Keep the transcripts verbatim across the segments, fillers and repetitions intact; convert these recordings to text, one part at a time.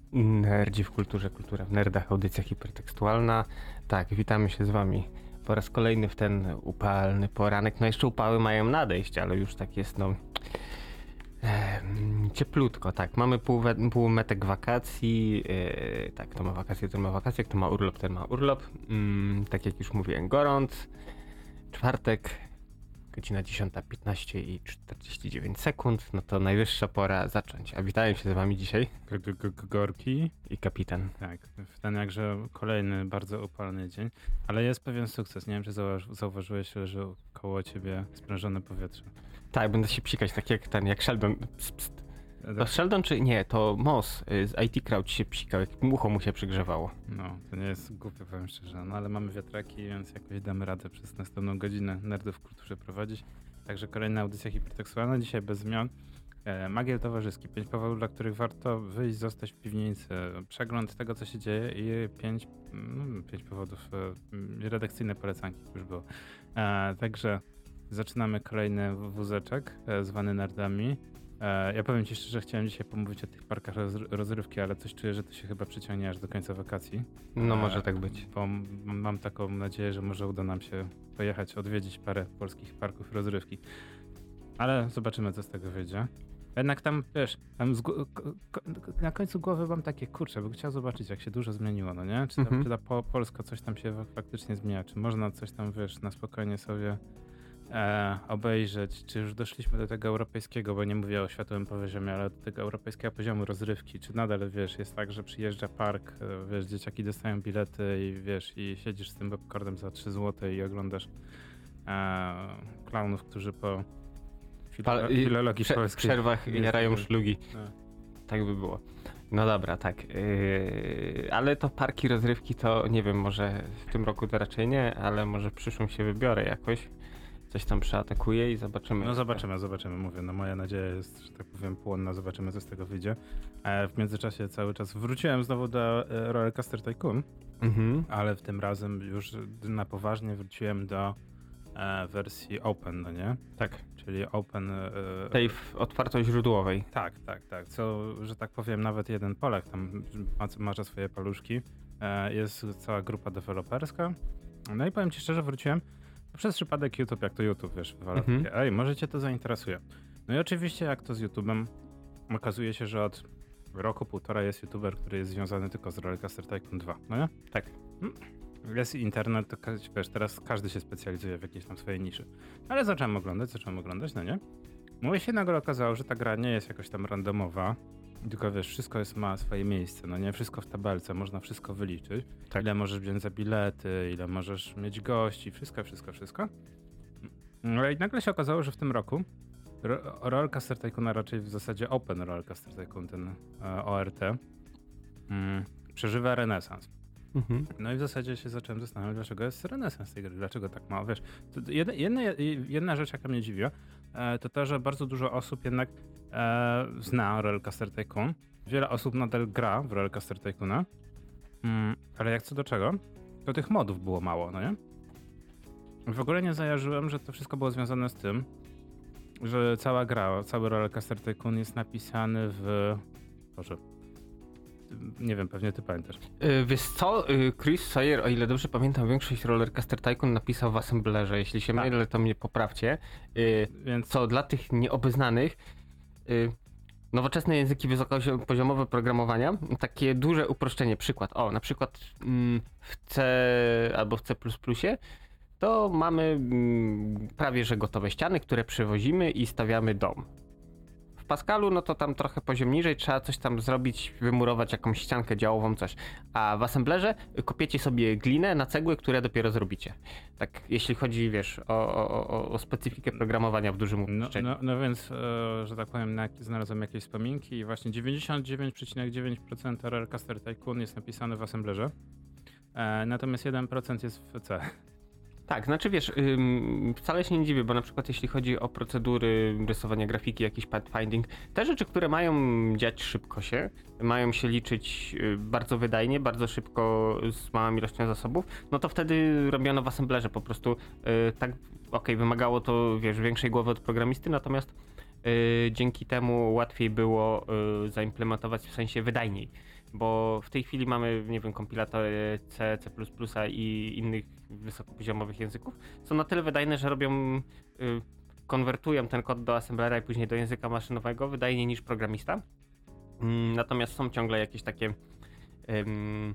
Nerdzi w kulturze, kultura w nerdach, audycja hipertekstualna. Tak, witamy się z wami po raz kolejny w ten upalny poranek. No jeszcze upały mają nadejść, ale już tak jest, no em, cieplutko, tak. Mamy pół, półmetek wakacji, yy, tak, kto ma wakacje, ten ma wakacje, kto ma urlop, ten ma urlop. Mm, tak jak już mówiłem, gorąc. Czwartek, godzina dziesiąta piętnaście i czterdzieści dziewięć sekund, no to najwyższa pora zacząć. A witają się z wami dzisiaj G- g- g- Gorki. i kapitan. Tak, w ten jakże kolejny bardzo upalny dzień, ale jest pewien sukces. Nie wiem, czy zauważ- zauważyłeś, że koło ciebie sprężone powietrze. Tak, będę się psikać, tak jak ten, jak Sheldon. Pst, pst. To Sheldon czy nie, to Moss y, z I T Crowd się psikał, jak ucho mu się przygrzewało. No, to nie jest głupie, powiem szczerze, no ale mamy wiatraki, więc jakoś damy radę przez następną godzinę nerdów w kulturze prowadzić. Także kolejna audycja hipertekstualna, dzisiaj bez zmian. E, Magier towarzyski, pięć powodów, dla których warto wyjść, zostać w piwnicy, przegląd tego, co się dzieje i pięć, no, pięć powodów, e, redakcyjne polecanki już było. E, także zaczynamy kolejny wózeczek e, zwany nerdami. E, ja powiem ci szczerze, chciałem dzisiaj pomówić o tych parkach roz, rozrywki, ale coś czuję, że to się chyba przyciągnie aż do końca wakacji. No E, może tak być. Bo m- mam taką nadzieję, że może uda nam się pojechać, odwiedzić parę polskich parków rozrywki. Ale zobaczymy, co z tego wyjdzie. Jednak tam, wiesz, tam z gó- ko- ko- na końcu głowy mam takie, kurczę, bym chciał zobaczyć, jak się dużo zmieniło, no nie? Czy, tam, Mhm. czy ta po, Polska coś tam się faktycznie zmienia? Czy można coś tam, wiesz, na spokojnie sobie e, obejrzeć? Czy już doszliśmy do tego europejskiego, bo nie mówię o światowym poziomie, ale do tego europejskiego poziomu rozrywki? Czy nadal, wiesz, jest tak, że przyjeżdża park, e, wiesz, dzieciaki dostają bilety i wiesz, i siedzisz z tym popcornem za trzy złote i oglądasz e, klaunów, którzy po Pal- Filolo- i filologii Prze- w polskiej. przerwach Jest- jarają szlugi. No. Tak by było. No dobra, tak. Yy, ale to parki rozrywki to nie wiem, może w tym roku to raczej nie, ale może w przyszłym się wybiorę jakoś. Coś tam przeatakuję i zobaczymy. No zobaczymy, zobaczymy, mówię, no moja nadzieja jest, że tak powiem, płonna, zobaczymy, co z tego wyjdzie. E, w międzyczasie cały czas wróciłem znowu do e, Rollercoaster Tycoon, Mhm. ale w tym razem już na poważnie wróciłem do e, wersji open, no nie? Tak. Czyli open... E, Tej w otwarto źródłowej. Tak, tak, tak. Co, że tak powiem, nawet jeden Polak tam ma, macze swoje paluszki. E, jest cała grupa deweloperska. No i powiem ci szczerze, wróciłem przez przypadek YouTube, jak to YouTube, wiesz, wywala Mhm. takie, ej, może cię to zainteresuje. No i oczywiście, jak to z YouTube'em, okazuje się, że od roku, półtora jest YouTuber, który jest związany tylko z Rollercoaster Tycoon dwa, no nie? Tak. Jest internet, to ka- wiesz, teraz każdy się specjalizuje w jakiejś tam swojej niszy. Ale zacząłem oglądać, zacząłem oglądać, no nie? No i się nagle okazało, że ta gra nie jest jakoś tam randomowa, tylko wiesz, wszystko jest, ma swoje miejsce, no nie? Wszystko w tabelce, można wszystko wyliczyć. Tak. Ile możesz wziąć za bilety, ile możesz mieć gości, wszystko, wszystko, wszystko. No i nagle się okazało, że w tym roku Ro- Rollercoaster Tycoon, a raczej w zasadzie Open Rollercoaster Tycoon, ten e, O R T, mm, przeżywa renesans. Mhm. No i w zasadzie się zacząłem zastanawiać, dlaczego jest renesans tej gry, dlaczego tak mało, wiesz. To jedna, jedna, jedna rzecz, jaka mnie dziwiła, e, to to, że bardzo dużo osób jednak e, zna Rollercoaster Tycoon. Wiele osób nadal gra w Rollercoaster Tycoona, mm, ale jak co do czego, to tych modów było mało, no nie? W ogóle nie zajarzyłem, że to wszystko było związane z tym, że cała gra, cały Rollercoaster Tycoon jest napisany w... Boże, nie wiem, pewnie ty pamiętasz. Yy, wiesz co, yy, Chris Sawyer, o ile dobrze pamiętam, większość Rollercoaster Tycoon napisał w Assemblerze. Jeśli się Tak. mylę, to mnie poprawcie. Yy, Więc co dla tych nieobeznanych, yy, nowoczesne języki wysokopoziomowe programowania, takie duże uproszczenie, przykład, o, na przykład mm, w C albo w C plus plus, to mamy mm, prawie że gotowe ściany, które przewozimy i stawiamy dom. W Pascalu, no to tam trochę poziom niżej, trzeba coś tam zrobić, wymurować jakąś ściankę działową, coś. A w Assemblerze kopiecie sobie glinę na cegły, które dopiero zrobicie. Tak, jeśli chodzi, wiesz, o, o, o, o specyfikę programowania w dużym No, uproszczeniu. no, no więc, e, że tak powiem, na, znalazłem jakieś wspominki i właśnie dziewięćdziesiąt dziewięć przecinek dziewięć procent Rollercoaster Tycoon jest napisane w Assemblerze, e, natomiast jeden procent jest w C. Tak, znaczy wiesz, ym, wcale się nie dziwię, bo na przykład jeśli chodzi o procedury rysowania grafiki, jakiś pathfinding, te rzeczy, które mają dziać szybko się, mają się liczyć y, bardzo wydajnie, bardzo szybko z małą ilością zasobów, no to wtedy robiono w Assemblerze po prostu y, tak, okej, wymagało to, wiesz, większej głowy od programisty, natomiast y, dzięki temu łatwiej było y, zaimplementować w sensie wydajniej. bo w tej chwili mamy, nie wiem, kompilatory C, C++ i innych wysokopoziomowych języków. Są na tyle wydajne, że robią, y, konwertują ten kod do assemblera i później do języka maszynowego wydajniej niż programista. Mm, natomiast są ciągle jakieś takie ym,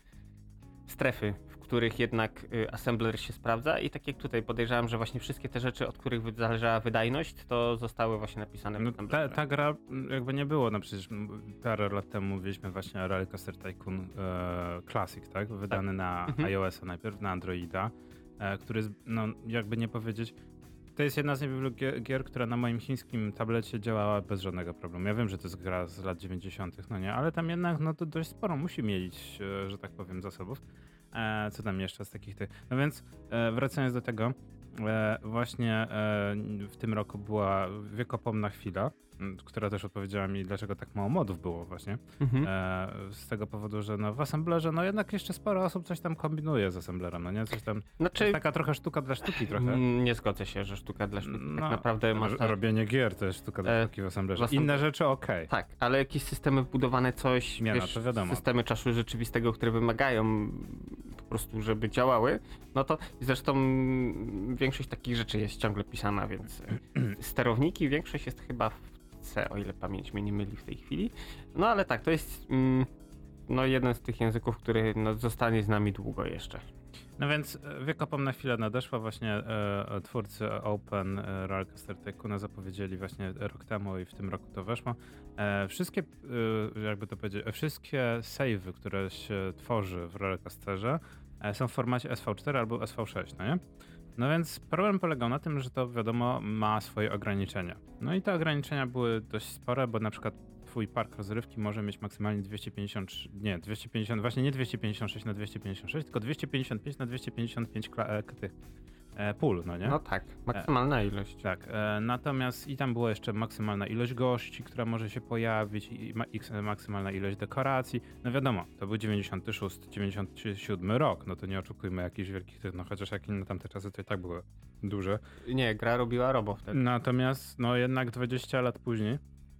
strefy, w których jednak y, assembler się sprawdza i tak jak tutaj podejrzewam, że właśnie wszystkie te rzeczy, od których wy- zależała wydajność, to zostały właśnie napisane w No, ta, assemblerze. ta gra jakby nie było, no przecież parę lat temu mówiliśmy właśnie o Rollercoaster Tycoon e, Classic, tak? Wydany Tak. na Mhm. iOS-a najpierw, na Androida, e, który jest, no jakby nie powiedzieć, to jest jedna z niewielu gier, gier, która na moim chińskim tablecie działała bez żadnego problemu. Ja wiem, że to jest gra z lat dziewięćdziesiątych, no nie, ale tam jednak no to dość sporo musi mieć, e, że tak powiem, zasobów. E, co tam jeszcze z takich tych... No więc e, wracając do tego, e, właśnie e, w tym roku była wiekopomna chwila, m, która też odpowiedziała mi, dlaczego tak mało modów było właśnie. Mhm. E, z tego powodu, że no w assemblerze no jednak jeszcze sporo osób coś tam kombinuje z assemblerem, no nie? Coś tam... To Znaczy, jest taka trochę sztuka dla sztuki trochę. mm, nie zgodzę się, że sztuka dla sztuki. No, tak naprawdę masz... r- robienie gier to jest sztuka dla E, sztuki w assemblerze. w assemb- Inne rzeczy okej. Tak, ale jakieś systemy wbudowane, coś, Nie, no, wiesz, to wiadomo. systemy czasu rzeczywistego, które wymagają po prostu, żeby działały, no to zresztą większość takich rzeczy jest ciągle pisana, więc e, sterowniki, większość jest chyba w C, o ile pamięć mnie nie myli w tej chwili. No ale tak, to jest mm, no jeden z tych języków, który no, zostanie z nami długo jeszcze. No więc e, wiekopomna chwila nadeszła, właśnie e, e, twórcy Open e, Rollercoaster Tycoona zapowiedzieli właśnie rok temu i w tym roku to weszło. E, wszystkie, e, jakby to powiedzieć, e, wszystkie save'y, które się tworzy w Rollercoasterze e, są w formacie S V cztery albo S V sześć, no nie? No więc problem polegał na tym, że to wiadomo ma swoje ograniczenia. No i te ograniczenia były dość spore, bo na przykład twój park rozrywki może mieć maksymalnie dwieście pięćdziesiąt, nie, dwieście pięćdziesiąt, właśnie nie dwieście pięćdziesiąt sześć na dwieście pięćdziesiąt sześć, tylko dwieście pięćdziesiąt pięć na dwieście pięćdziesiąt pięć kla- e, tych e, pól, no nie? No tak, maksymalna ilość. Tak, e, natomiast i tam była jeszcze maksymalna ilość gości, która może się pojawić, i ma, x, maksymalna ilość dekoracji. No wiadomo, to był dziewięćdziesiąty szósty, dziewięćdziesiąty siódmy rok, no to nie oczekujmy jakichś wielkich tych, no chociaż jak inne tamte czasy to i tak były duże. Nie, gra robiła robo wtedy. Natomiast no jednak dwadzieścia lat później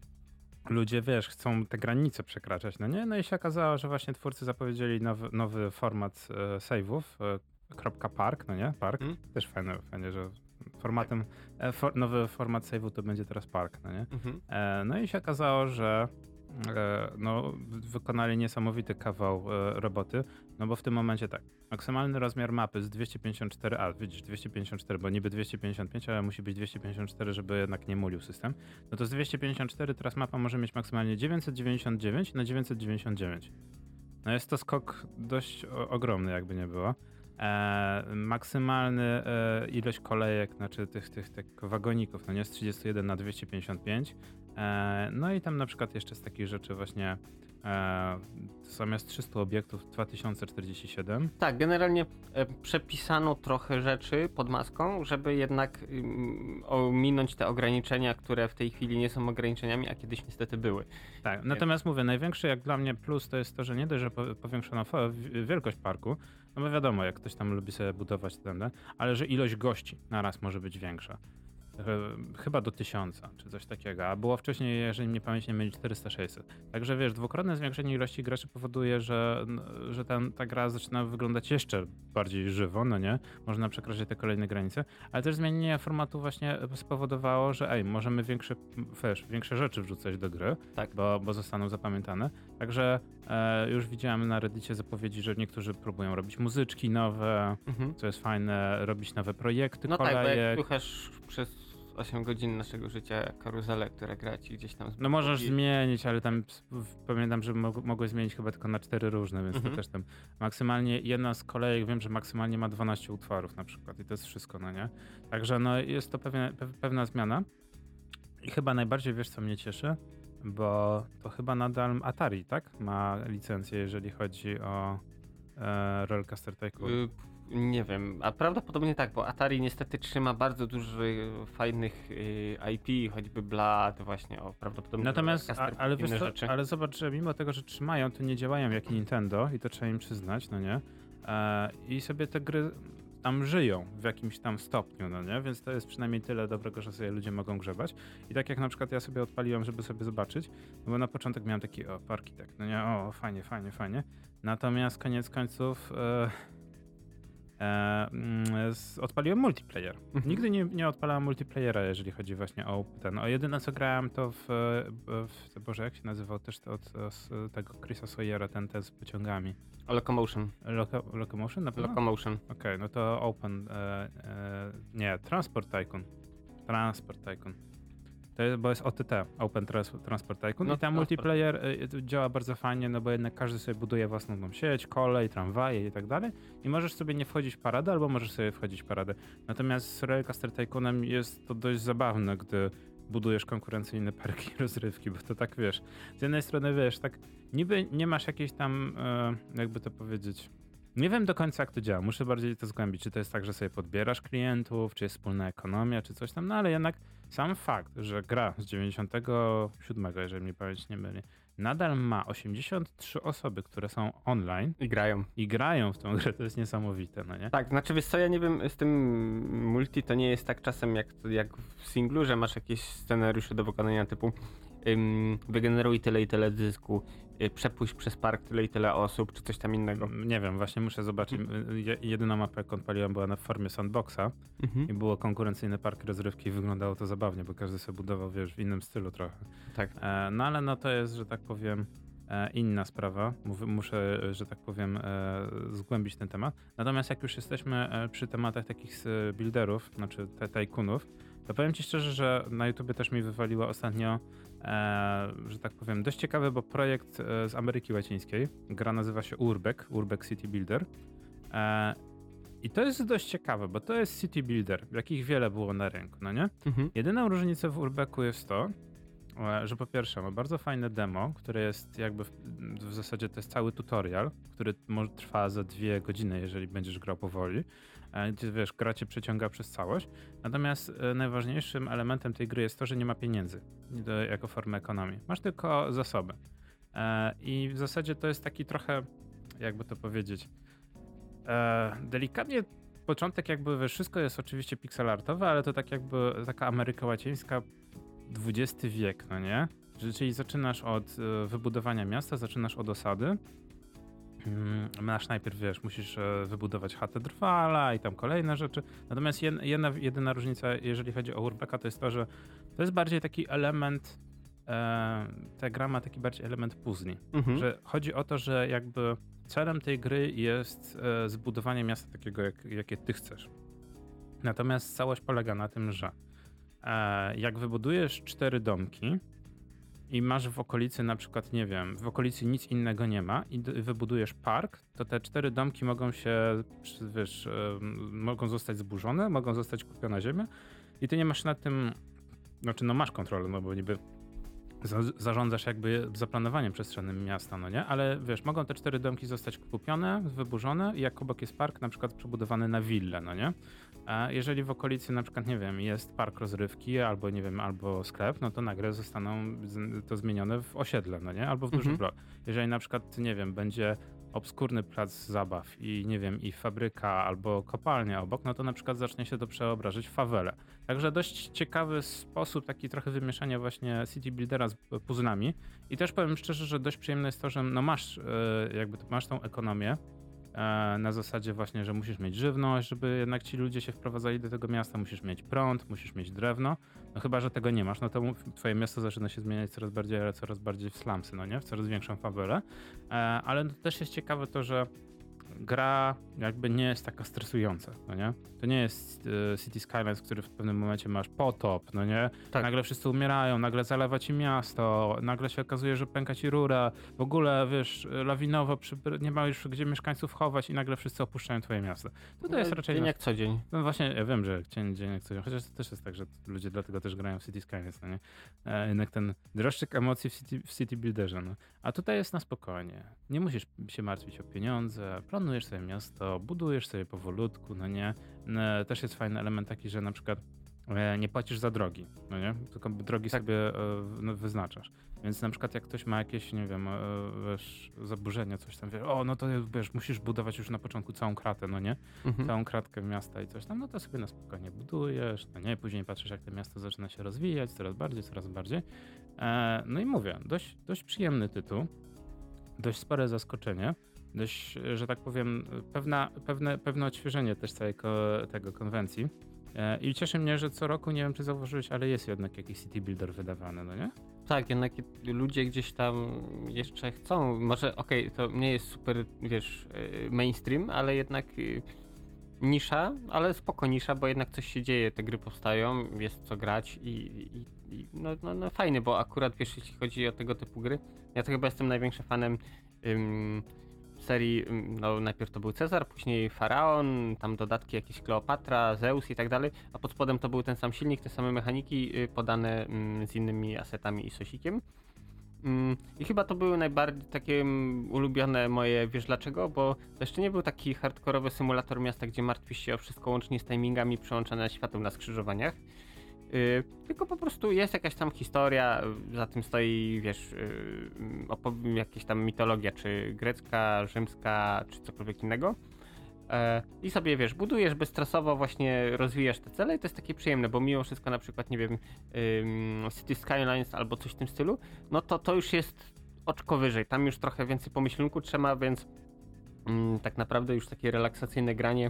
ludzie, wiesz, chcą te granice przekraczać, no nie? No i się okazało, że właśnie twórcy zapowiedzieli nowy, nowy format e, save'ów, e, kropka park, no nie? Park. Mm. Też fajne, fajnie, że formatem, e, for, nowy format save'u to będzie teraz park, no nie? Mhm. E, no i się okazało, że e, no, wykonali niesamowity kawał e, roboty, no bo w tym momencie tak, maksymalny rozmiar mapy z dwieście pięćdziesiąt cztery, a widzisz, dwieście pięćdziesiąt cztery, bo niby dwieście pięćdziesiąt pięć, ale musi być dwieście pięćdziesiąt cztery, żeby jednak nie mulił system. No to z dwieście pięćdziesiąt cztery teraz mapa może mieć maksymalnie dziewięćset dziewięćdziesiąt dziewięć na dziewięćset dziewięćdziesiąt dziewięć. No jest to skok dość o, ogromny, jakby nie było. E, maksymalny e, ilość kolejek, znaczy tych, tych, tych wagoników, no nie, z trzydzieści jeden na dwieście pięćdziesiąt pięć. E, no i tam na przykład jeszcze z takich rzeczy właśnie e, zamiast trzystu obiektów dwa tysiące czterdzieści siedem. Tak, generalnie e, przepisano trochę rzeczy pod maską, żeby jednak ym, ominąć te ograniczenia, które w tej chwili nie są ograniczeniami, a kiedyś niestety były. Tak, natomiast mówię, największy jak dla mnie plus to jest to, że nie dość, że po- powiększono fo- w- wielkość parku, no bo wiadomo, jak ktoś tam lubi sobie budować ten, ale że ilość gości naraz może być większa. E, Chyba do tysiąca, czy coś takiego, a było wcześniej, jeżeli mnie pamięć nie myli, czterysta sześćset. Także wiesz, dwukrotne zwiększenie ilości graczy powoduje, że, że ten, ta gra zaczyna wyglądać jeszcze bardziej żywo, no nie? Można przekraczać te kolejne granice, ale też zmienienie formatu właśnie spowodowało, że ej, możemy większe, wiesz, większe rzeczy wrzucać do gry, Tak. bo, bo zostaną zapamiętane. Także e, już widziałem na Reddicie zapowiedzi, że niektórzy próbują robić muzyczki nowe, Mhm. co jest fajne, robić nowe projekty No tak, bo kolejek. jak słuchasz przez osiem godzin naszego życia karuzelę, która gra ci gdzieś tam z No możesz boku i- zmienić, ale tam w- pamiętam, że mog, mogłeś zmienić chyba tylko na cztery różne, więc Mhm. to też tam maksymalnie jedna z kolejek, wiem, że maksymalnie ma dwanaście utworów na przykład i to jest wszystko, no nie? Także no jest to pewne, pe- pewna zmiana i chyba najbardziej, wiesz co mnie cieszy, bo to chyba nadal Atari, tak? Ma licencję, jeżeli chodzi o e, Rollercoaster Tycoon. Y, Nie wiem, a prawdopodobnie tak, bo Atari niestety trzyma bardzo dużo y, fajnych y, I P, choćby Blood, właśnie o prawdopodobnie. Natomiast, a, Caster, ale wiesz inne co, rzeczy. ale zobacz, że mimo tego, że trzymają, to nie działają jak Nintendo i to trzeba im przyznać, no nie? E, I sobie te gry, tam żyją w jakimś tam stopniu, no nie? Więc to jest przynajmniej tyle dobrego, że sobie ludzie mogą grzebać. I tak jak na przykład ja sobie odpaliłem, żeby sobie zobaczyć, no bo na początek miałem taki, o, Parkitek, no nie, o, fajnie, fajnie, fajnie. Natomiast koniec końców e, e, mm, z, odpaliłem multiplayer. Mhm. Nigdy nie, nie odpalałem multiplayera, jeżeli chodzi właśnie o ten. O jedyne co grałem to w, w Boże, jak się nazywał też to od, od tego Chrisa Sawyera, ten, ten z pociągami. Locomotion. Loco, Locomotion na pewno? Locomotion. Okej, okay, no to Open, e, e, nie, Transport Tycoon. Transport Tycoon. To jest, bo jest O T T, Open Trans- Transport Tycoon No, i tam multiplayer y, działa bardzo fajnie, no bo jednak każdy sobie buduje własną tą sieć, kolej, tramwaje i tak dalej i możesz sobie nie wchodzić w paradę, albo możesz sobie wchodzić w paradę. Natomiast z Rollercoaster Tycoonem jest to dość zabawne, gdy budujesz konkurencyjne parki i rozrywki, bo to tak, wiesz, z jednej strony, wiesz, tak niby nie masz jakiejś tam, e, jakby to powiedzieć, nie wiem do końca jak to działa, muszę bardziej to zgłębić, czy to jest tak, że sobie podbierasz klientów, czy jest wspólna ekonomia, czy coś tam, no ale jednak sam fakt, że gra z dziewięćdziesiątego siódmego, jeżeli mnie pamięć nie myli, nadal ma osiemdziesiąt trzy osoby, które są online I grają. i grają w tą grę, to jest niesamowite, no nie? Tak, znaczy wiesz co, ja nie wiem, z tym multi to nie jest tak czasem jak, jak w singlu, że masz jakieś scenariusze do wykonania typu ym, wygeneruj tyle i tyle zysku, y, przepuść przez park tyle i tyle osób, czy coś tam innego. Nie wiem, właśnie muszę zobaczyć. Je- Jedyna mapa, jaką odpaliłem, była na formie sandboxa Mhm. i było konkurencyjne parki rozrywki i wyglądało to zabawnie, bo każdy sobie budował, wiesz, w innym stylu trochę. Tak. E, no ale no to jest, że tak powiem, e, inna sprawa. Mów, muszę, że tak powiem, e, zgłębić ten temat. Natomiast jak już jesteśmy e, przy tematach takich z builderów, znaczy te tajkunów, to powiem ci szczerze, że na YouTubie też mi wywaliło ostatnio, e, że tak powiem, dość ciekawy, bo projekt e, z Ameryki Łacińskiej. Gra nazywa się Urbek, Urbek City Builder. E, I to jest dość ciekawe, bo to jest City Builder, jakich wiele było na rynku, no nie? Mhm. Jedyna różnica w Urbeku jest to, e, że po pierwsze ma bardzo fajne demo, które jest jakby w, w zasadzie to jest cały tutorial, który może trwa za dwie godziny, jeżeli będziesz grał powoli. E, Gdzie wiesz, gra cię przeciąga przez całość. Natomiast e, najważniejszym elementem tej gry jest to, że nie ma pieniędzy do, jako formę ekonomii. Masz tylko zasoby. E, I w zasadzie to jest taki trochę, jakby to powiedzieć, e, delikatnie początek jakby, wiesz, wszystko jest oczywiście pixelartowe, ale to tak jakby taka Ameryka Łacińska, dwudziesty wiek, no nie? Czyli zaczynasz od e, wybudowania miasta, zaczynasz od osady. Mm, Masz najpierw, wiesz, musisz e, wybudować chatę drwala i tam kolejne rzeczy. Natomiast jed- jedna, jedyna różnica, jeżeli chodzi o Urbeka, to jest to, że to jest bardziej taki element, e, ta gra ma taki bardziej element puzli. Mhm. Że chodzi o to, że jakby celem tej gry jest e, zbudowanie miasta takiego, jak, jakie ty chcesz. Natomiast całość polega na tym, że e, jak wybudujesz cztery domki i masz w okolicy na przykład, nie wiem, w okolicy nic innego nie ma i d- wybudujesz park, to te cztery domki mogą się, przy- wiesz, e, mogą zostać zburzone, mogą zostać kupione ziemię i ty nie masz nad tym, znaczy no masz kontrolę, no bo niby za- zarządzasz jakby zaplanowaniem przestrzennym miasta, no nie? Ale wiesz, mogą te cztery domki zostać kupione, wyburzone i jak obok jest park na przykład przebudowany na willę, no nie? A jeżeli w okolicy na przykład, nie wiem, jest park rozrywki albo, nie wiem, albo sklep, no to nagle zostaną z- to zmienione w osiedle, no nie? Albo w duży Mhm. blok. Jeżeli na przykład, nie wiem, będzie obskurny plac zabaw i, nie wiem, i fabryka albo kopalnia obok, no to na przykład zacznie się to przeobrażać w fawelę. Także dość ciekawy sposób, taki trochę wymieszania właśnie City Buildera z puzzlami. I też powiem szczerze, że dość przyjemne jest to, że no masz e, jakby to- masz tą ekonomię e, na zasadzie właśnie, że musisz mieć żywność, żeby jednak ci ludzie się wprowadzali do tego miasta, musisz mieć prąd, musisz mieć drewno. No chyba, że tego nie masz, no to mu- twoje miasto zaczyna się zmieniać coraz bardziej, ale coraz bardziej w slumsy, no nie? W coraz większą fawelę. E, ale to też jest ciekawe to, że gra jakby nie jest taka stresująca, no nie? To nie jest e, City Skylines, który w pewnym momencie masz potop, no nie? Tak. Nagle wszyscy umierają, nagle zalewa ci miasto, nagle się okazuje, że pęka ci rura, w ogóle, wiesz, lawinowo przy, nie ma już gdzie mieszkańców chować i nagle wszyscy opuszczają twoje miasto. To, to jest raczej... Dzień jak co dzień. No właśnie, ja wiem, że dzień, dzień jak coś, chociaż to też jest tak, że ludzie dlatego też grają w City Skylines, no nie? E, jednak ten dreszczyk emocji w City, w City Builderze, no. A tutaj jest na spokojnie. Nie musisz się martwić o pieniądze, planujesz sobie miasto, budujesz sobie powolutku, no nie? E, też jest fajny element taki, że na przykład e, nie płacisz za drogi, no nie? Tylko drogi Tak. sobie e, no, wyznaczasz. Więc na przykład jak ktoś ma jakieś, nie wiem, e, wiesz, zaburzenia, coś tam, wiesz, o, no to wiesz, musisz budować już na początku całą kratę, no nie? Mhm. Całą kratkę miasta i coś tam, no to sobie na spokojnie budujesz, no nie? Później patrzysz, jak to miasto zaczyna się rozwijać, coraz bardziej, coraz bardziej. E, no i mówię, dość, dość przyjemny tytuł, dość spore zaskoczenie, dość, że tak powiem, pewna, pewne, pewne odświeżenie też całej ko, tego konwencji. E, I cieszy mnie, że co roku, nie wiem czy zauważyłeś, ale jest jednak jakiś city builder wydawany, no nie? Tak, jednak ludzie gdzieś tam jeszcze chcą. Może okej, to nie jest super, wiesz, y, mainstream, ale jednak y, nisza, ale spoko nisza, bo jednak coś się dzieje, te gry powstają, jest co grać i, i, i no, no, no fajny, bo akurat wiesz, jeśli chodzi o tego typu gry, ja to chyba jestem największym fanem ym, serii, ym, no najpierw to był Cezar, później Faraon, tam dodatki jakieś Kleopatra, Zeus i tak dalej, a pod spodem to był ten sam silnik, te same mechaniki y, podane ym, z innymi asetami i sosikiem. Ym, I chyba to były najbardziej takie ym, ulubione moje, wiesz dlaczego? Bo to jeszcze nie był taki hardkorowy symulator miasta, gdzie martwisz się o wszystko łącznie z timingami przełączane świateł na skrzyżowaniach. Yy, tylko po prostu jest jakaś tam historia, yy, za tym stoi, wiesz, yy, opow- jakaś tam mitologia, czy grecka, rzymska, czy cokolwiek innego. E, I sobie, wiesz, budujesz bezstresowo, właśnie rozwijasz te cele i to jest takie przyjemne, bo mimo wszystko na przykład, nie wiem, ym, City Skylines albo coś w tym stylu, no to to już jest oczko wyżej, tam już trochę więcej pomyślunku trzeba, więc ym, tak naprawdę już takie relaksacyjne granie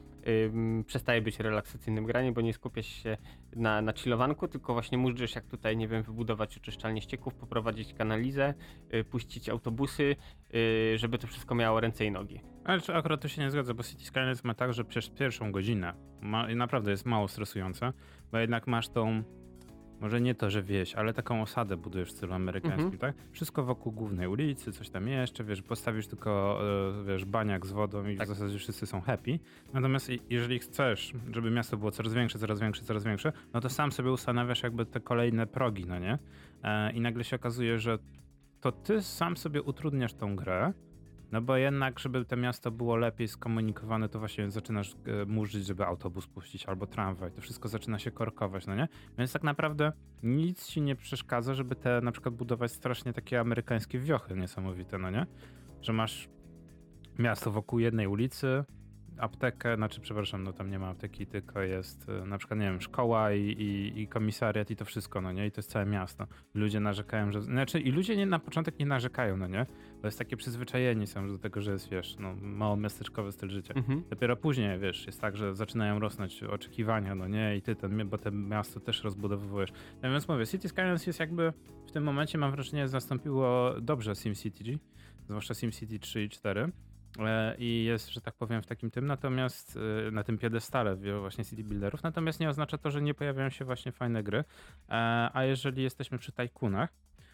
ym, przestaje być relaksacyjnym graniem, bo nie skupiasz się na, na chillowanku, tylko właśnie możesz jak tutaj, nie wiem, wybudować oczyszczalnię ścieków, poprowadzić kanalizę, y, puścić autobusy, y, żeby to wszystko miało ręce i nogi. Ale czy akurat to się nie zgadza, bo City Skylines ma tak, że przez pierwszą godzinę ma, i naprawdę jest mało stresujące, bo jednak masz tą, może nie to, że wieś, ale taką osadę budujesz w stylu amerykańskim, Mhm. tak? Wszystko wokół głównej ulicy, coś tam jeszcze, wiesz, postawisz tylko, e, wiesz, baniak z wodą i Tak. w zasadzie wszyscy są happy. Natomiast i- jeżeli chcesz, żeby miasto było coraz większe, coraz większe, coraz większe, no to sam sobie ustanawiasz jakby te kolejne progi, no nie? E, I nagle się okazuje, że to ty sam sobie utrudniasz tą grę, no bo jednak, żeby to miasto było lepiej skomunikowane, to właśnie zaczynasz e, murzyć, żeby autobus puścić albo tramwaj. To wszystko zaczyna się korkować, no nie? Więc tak naprawdę nic ci nie przeszkadza, żeby te na przykład budować strasznie takie amerykańskie wiochy niesamowite, no nie? Że masz miasto wokół jednej ulicy, aptekę, znaczy przepraszam, no tam nie ma apteki, tylko jest e, na przykład, nie wiem, szkoła i, i, i komisariat i to wszystko, no nie? I to jest całe miasto. Ludzie narzekają, że... Znaczy i ludzie nie, na początek nie narzekają, no nie? To jest takie przyzwyczajeni są do tego, że jest, wiesz, no mało miasteczkowy styl życia. Mhm. Dopiero później, wiesz, jest tak, że zaczynają rosnąć oczekiwania, no nie? I ty ten, bo to miasto też rozbudowujesz. No więc mówię, City Skylines jest jakby w tym momencie, mam wrażenie, zastąpiło dobrze SimCity, zwłaszcza SimCity trzy i cztery. E, I jest, że tak powiem, w takim tym, natomiast e, na tym piedestale wie- właśnie city builderów, natomiast nie oznacza to, że nie pojawiają się właśnie fajne gry. E, A jeżeli jesteśmy przy tajkunach,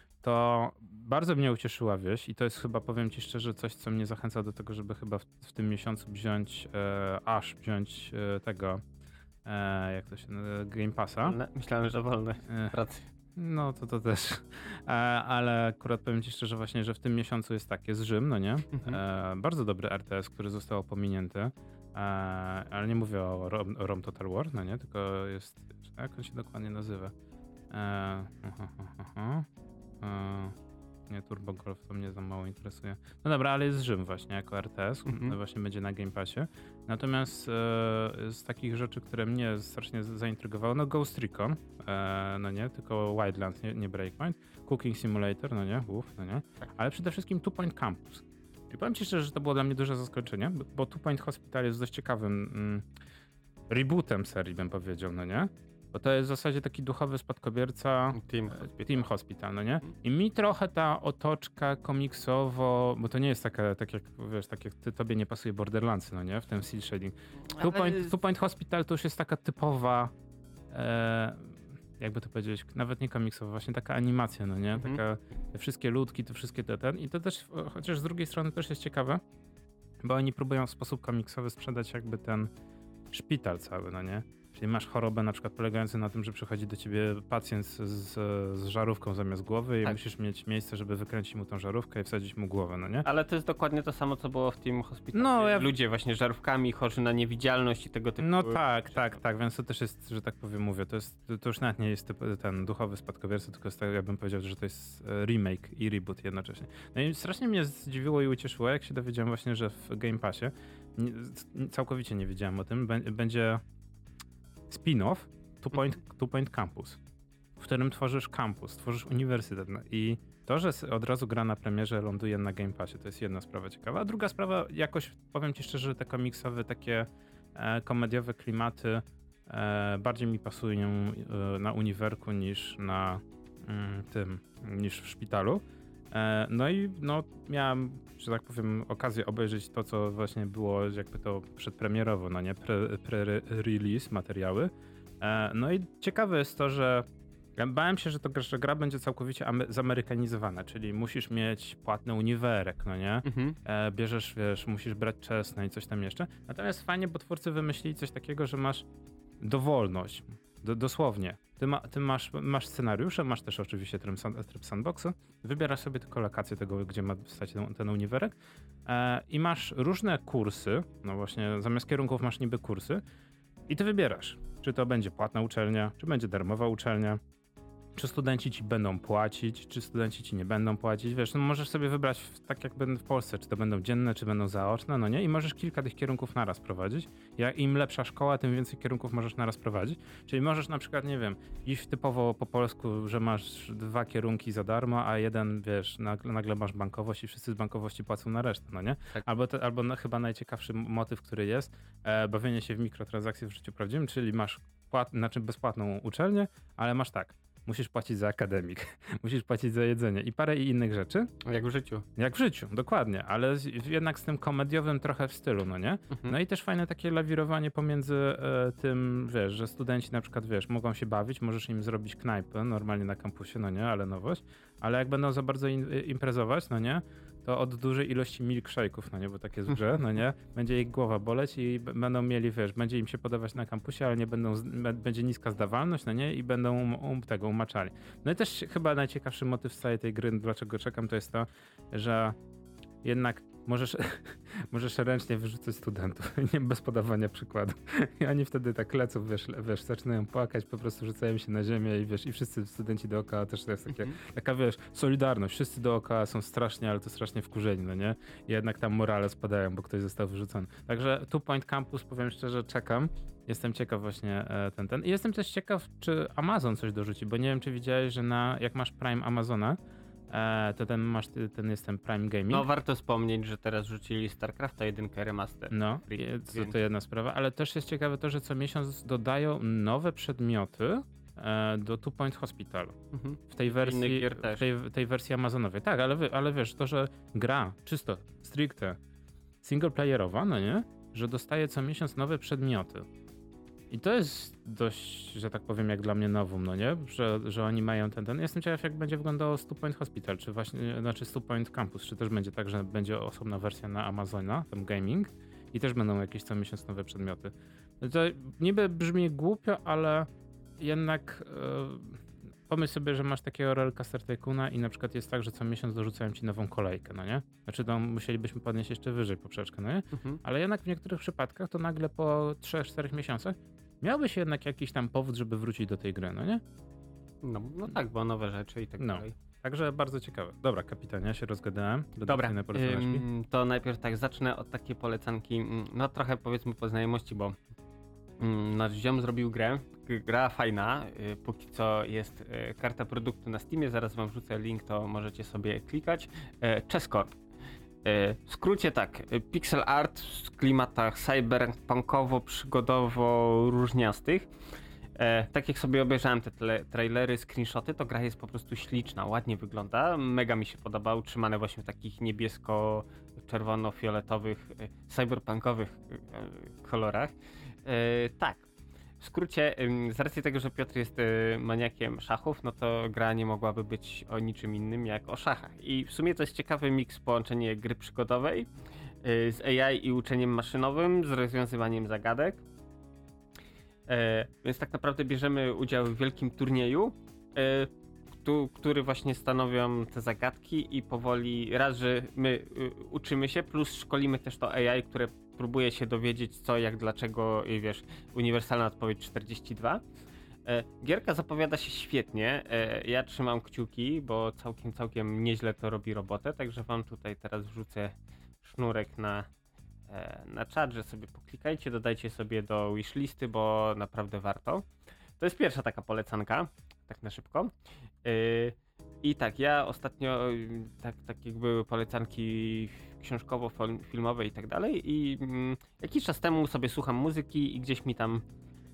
to bardzo mnie ucieszyła wieś i to jest chyba, powiem ci szczerze, coś, co mnie zachęca do tego, żeby chyba w, w tym miesiącu wziąć, e, aż wziąć e, tego, e, jak to się nazywa, Game Passa. Wolne? Myślałem, że wolne E, pracy. No, to to też. E, ale akurat powiem ci szczerze właśnie, że w tym miesiącu jest tak, jest Rzym, no nie? Mhm. E, bardzo dobry R T S, który został pominięty. E, ale nie mówię o Rom, o Rom Total War, no nie? Tylko jest, jak on się dokładnie nazywa? E, aha, aha, aha. E, nie, Turbo Golf to mnie za mało interesuje. No dobra, ale jest Rzym właśnie jako R T S, Mhm. właśnie będzie na Game Passie. Natomiast e, z takich rzeczy, które mnie strasznie z- zaintrygowały, no Ghost Recon, e, no nie, tylko Wildlands, nie, nie Breakpoint, Cooking Simulator, no nie, Uf, no nie, ale przede wszystkim Two Point Campus. I powiem ci szczerze, że to było dla mnie duże zaskoczenie, bo- bo Two Point Hospital jest dość ciekawym mm, rebootem serii, bym powiedział, no nie? Bo to jest w zasadzie taki duchowy spadkobierca Team e, Hospital. Team Hospital, no nie? I mi trochę ta otoczka komiksowo, bo to nie jest taka, tak jak, wiesz, tak jak ty, tobie nie pasuje Borderlandsy, no nie? W tym cel shading. Two Ale- Point, Two Point Hospital to już jest taka typowa, e, jakby to powiedzieć, nawet nie komiksowa, właśnie taka animacja, no nie? Mhm. Taka, te wszystkie ludki, te wszystkie te, ten. I to też, e, chociaż z drugiej strony też jest ciekawe, bo oni próbują w sposób komiksowy sprzedać jakby ten szpital cały, no nie? Czyli masz chorobę na przykład polegającą na tym, że przychodzi do ciebie pacjent z, z, z żarówką zamiast głowy i Tak. musisz mieć miejsce, żeby wykręcić mu tą żarówkę i wsadzić mu głowę, no nie? Ale to jest dokładnie to samo, co było w tym hospitalu. No, ja- Ludzie właśnie żarówkami, chorzy na niewidzialność i tego typu... No tak, tak, tak, więc to też jest, że tak powiem, mówię, to jest, to już nawet nie jest typ, ten duchowy spadkobierca, tylko jest tak, ja bym powiedział, że to jest e, remake i reboot jednocześnie. No i strasznie mnie zdziwiło i ucieszyło, jak się dowiedziałem właśnie, że w Game Passie, nie, całkowicie nie wiedziałem o tym, bę- będzie spin-off Two Point, Two Point Campus, w którym tworzysz kampus, tworzysz uniwersytet. No i to, że od razu gra na premierze ląduje na Game Passie, to jest jedna sprawa ciekawa. A druga sprawa, jakoś powiem ci szczerze, że te komiksowe, takie e, komediowe klimaty e, bardziej mi pasują e, na uniwerku niż na mm, tym, niż w szpitalu. E, no i no, miałem, że tak powiem, okazję obejrzeć to, co właśnie było jakby to przedpremierowo, no nie, pre, pre-release materiały. E, no i ciekawe jest to, że ja bałem się, że, to, że gra będzie całkowicie ame- zamerykanizowana, czyli musisz mieć płatny uniwerek, no nie? Mhm. E, bierzesz, wiesz, musisz brać czesne i coś tam jeszcze. Natomiast fajnie, bo twórcy wymyślili coś takiego, że masz dowolność, do, dosłownie. Ty, ma, ty masz, masz scenariusze, masz też oczywiście tryb, san- tryb sandboxu, wybierasz sobie tylko lokację tego, gdzie ma stać ten, ten uniwerek e, i masz różne kursy, no właśnie zamiast kierunków masz niby kursy i ty wybierasz, czy to będzie płatna uczelnia, czy będzie darmowa uczelnia, czy studenci ci będą płacić, czy studenci ci nie będą płacić, wiesz, no możesz sobie wybrać w, tak jak w Polsce, czy to będą dzienne, czy będą zaoczne, no nie, i możesz kilka tych kierunków naraz prowadzić. Jak im lepsza szkoła, tym więcej kierunków możesz naraz prowadzić, czyli możesz na przykład, nie wiem, iść typowo po polsku, że masz dwa kierunki za darmo, a jeden, wiesz, nagle, nagle masz bankowość i wszyscy z bankowości płacą na resztę, no nie? Tak. Albo, te, albo no, chyba najciekawszy motyw, który jest, e, bawienie się w mikrotransakcje w życiu prawdziwym, czyli masz płat, znaczy bezpłatną uczelnię, ale masz tak, musisz płacić za akademik, musisz płacić za jedzenie i parę innych rzeczy. Jak w życiu. Jak w życiu, dokładnie, ale z, jednak z tym komediowym trochę w stylu, no nie? Mhm. No i też fajne takie lawirowanie pomiędzy e, tym, wiesz, że studenci na przykład, wiesz, mogą się bawić, możesz im zrobić knajpę normalnie na kampusie, no nie, ale nowość, ale jak będą za bardzo in, imprezować, no nie, to od dużej ilości milkshake'ów, no nie, bo tak jest w grze, no nie, będzie ich głowa boleć i b- będą mieli, wiesz, będzie im się podawać na kampusie, ale nie będą, z- b- będzie niska zdawalność, no nie, i będą um, um, tego umaczali. No i też chyba najciekawszy motyw z całej tej gry, dlaczego czekam, to jest to, że jednak możesz, możesz ręcznie wyrzucać studentów, nie bez podawania przykładu. I oni wtedy tak lecą, wiesz, wiesz, zaczynają płakać, po prostu rzucają się na ziemię i wiesz, i wszyscy studenci dookoła też to jest takie, Mhm. taka, wiesz, solidarność. Wszyscy dookoła są strasznie, ale to strasznie wkurzeni, no nie? I jednak tam morale spadają, bo ktoś został wyrzucony. Także Two Point Campus, powiem szczerze, czekam. Jestem ciekaw właśnie e, ten, ten. I jestem też ciekaw, czy Amazon coś dorzuci, bo nie wiem, czy widziałeś, że na, jak masz Prime Amazona, e, to ten masz, ty- ten jest ten Prime Gaming. No warto wspomnieć, że teraz rzucili StarCrafta jeden remaster. No, Free, jest, więc- to jedna sprawa, ale też jest ciekawe to, że co miesiąc dodają nowe przedmioty e, do Two Point Hospital. Mhm. W tej wersji, gier w też. tej, tej wersji amazonowej. Tak, ale, wy, ale wiesz, to, że gra czysto, stricte singleplayerowa, no nie? Że dostaje co miesiąc nowe przedmioty. I to jest dość, że tak powiem, jak dla mnie nowum, no nie? Że, że oni mają ten, ten. Jestem ciekaw, jak będzie wyglądało Two Point Hospital, czy właśnie, znaczy Two Point Campus, czy też będzie tak, że będzie osobna wersja na Amazona, tam gaming, i też będą jakieś co miesiąc nowe przedmioty. To niby brzmi głupio, ale jednak e, pomyśl sobie, że masz takiego Rollercoaster Tycoona i na przykład jest tak, że co miesiąc dorzucają ci nową kolejkę, no nie? Znaczy tam musielibyśmy podnieść jeszcze wyżej poprzeczkę, no nie? Mhm. Ale jednak w niektórych przypadkach to nagle po trzech czterech miesiącach miałbyś jednak jakiś tam powód, żeby wrócić do tej gry, no nie? No, no tak, bo nowe rzeczy i tak No. dalej. Także bardzo ciekawe. Dobra, kapitanie, ja się rozgadałem. Dobra, Redakcyjne polecaneczki. ym, to najpierw tak zacznę od takiej polecanki, ym, no trochę powiedzmy po znajomości, bo ym, nasz ziom zrobił grę, G- gra fajna, y, póki co jest y, karta produktu na Steamie, zaraz wam wrzucę link, to możecie sobie klikać. Y, Chesscore. Y, W skrócie tak, y, pixel art w klimatach cyberpunkowo-przygodowo-różniastych. E, tak jak sobie obejrzałem te tle, trailery, screenshoty, to gra jest po prostu śliczna, ładnie wygląda, mega mi się podoba, utrzymane właśnie w takich niebiesko-czerwono-fioletowych, e, cyberpunkowych e, kolorach. E, tak, w skrócie, em, z racji tego, że Piotr jest e, maniakiem szachów, no to gra nie mogłaby być o niczym innym jak o szachach. I w sumie to jest ciekawy miks, połączenie gry przygodowej e, z A I i uczeniem maszynowym, z rozwiązywaniem zagadek. E, więc tak naprawdę bierzemy udział w wielkim turnieju, e, tu, który właśnie stanowią te zagadki i powoli raz, że my y, uczymy się, plus szkolimy też to A I, które próbuje się dowiedzieć co, jak, dlaczego i wiesz, uniwersalna odpowiedź czterdzieści dwa. E, gierka zapowiada się świetnie, e, ja trzymam kciuki, bo całkiem, całkiem nieźle to robi robotę, także wam tutaj teraz wrzucę sznurek na, e, na czat, że sobie poklikajcie, dodajcie sobie do wishlisty, bo naprawdę warto. To jest pierwsza taka polecanka, tak na szybko. Yy, I tak, ja ostatnio, yy, tak, tak jak były polecanki książkowo-filmowe i tak dalej, i mm, jakiś czas temu sobie słucham muzyki i gdzieś mi tam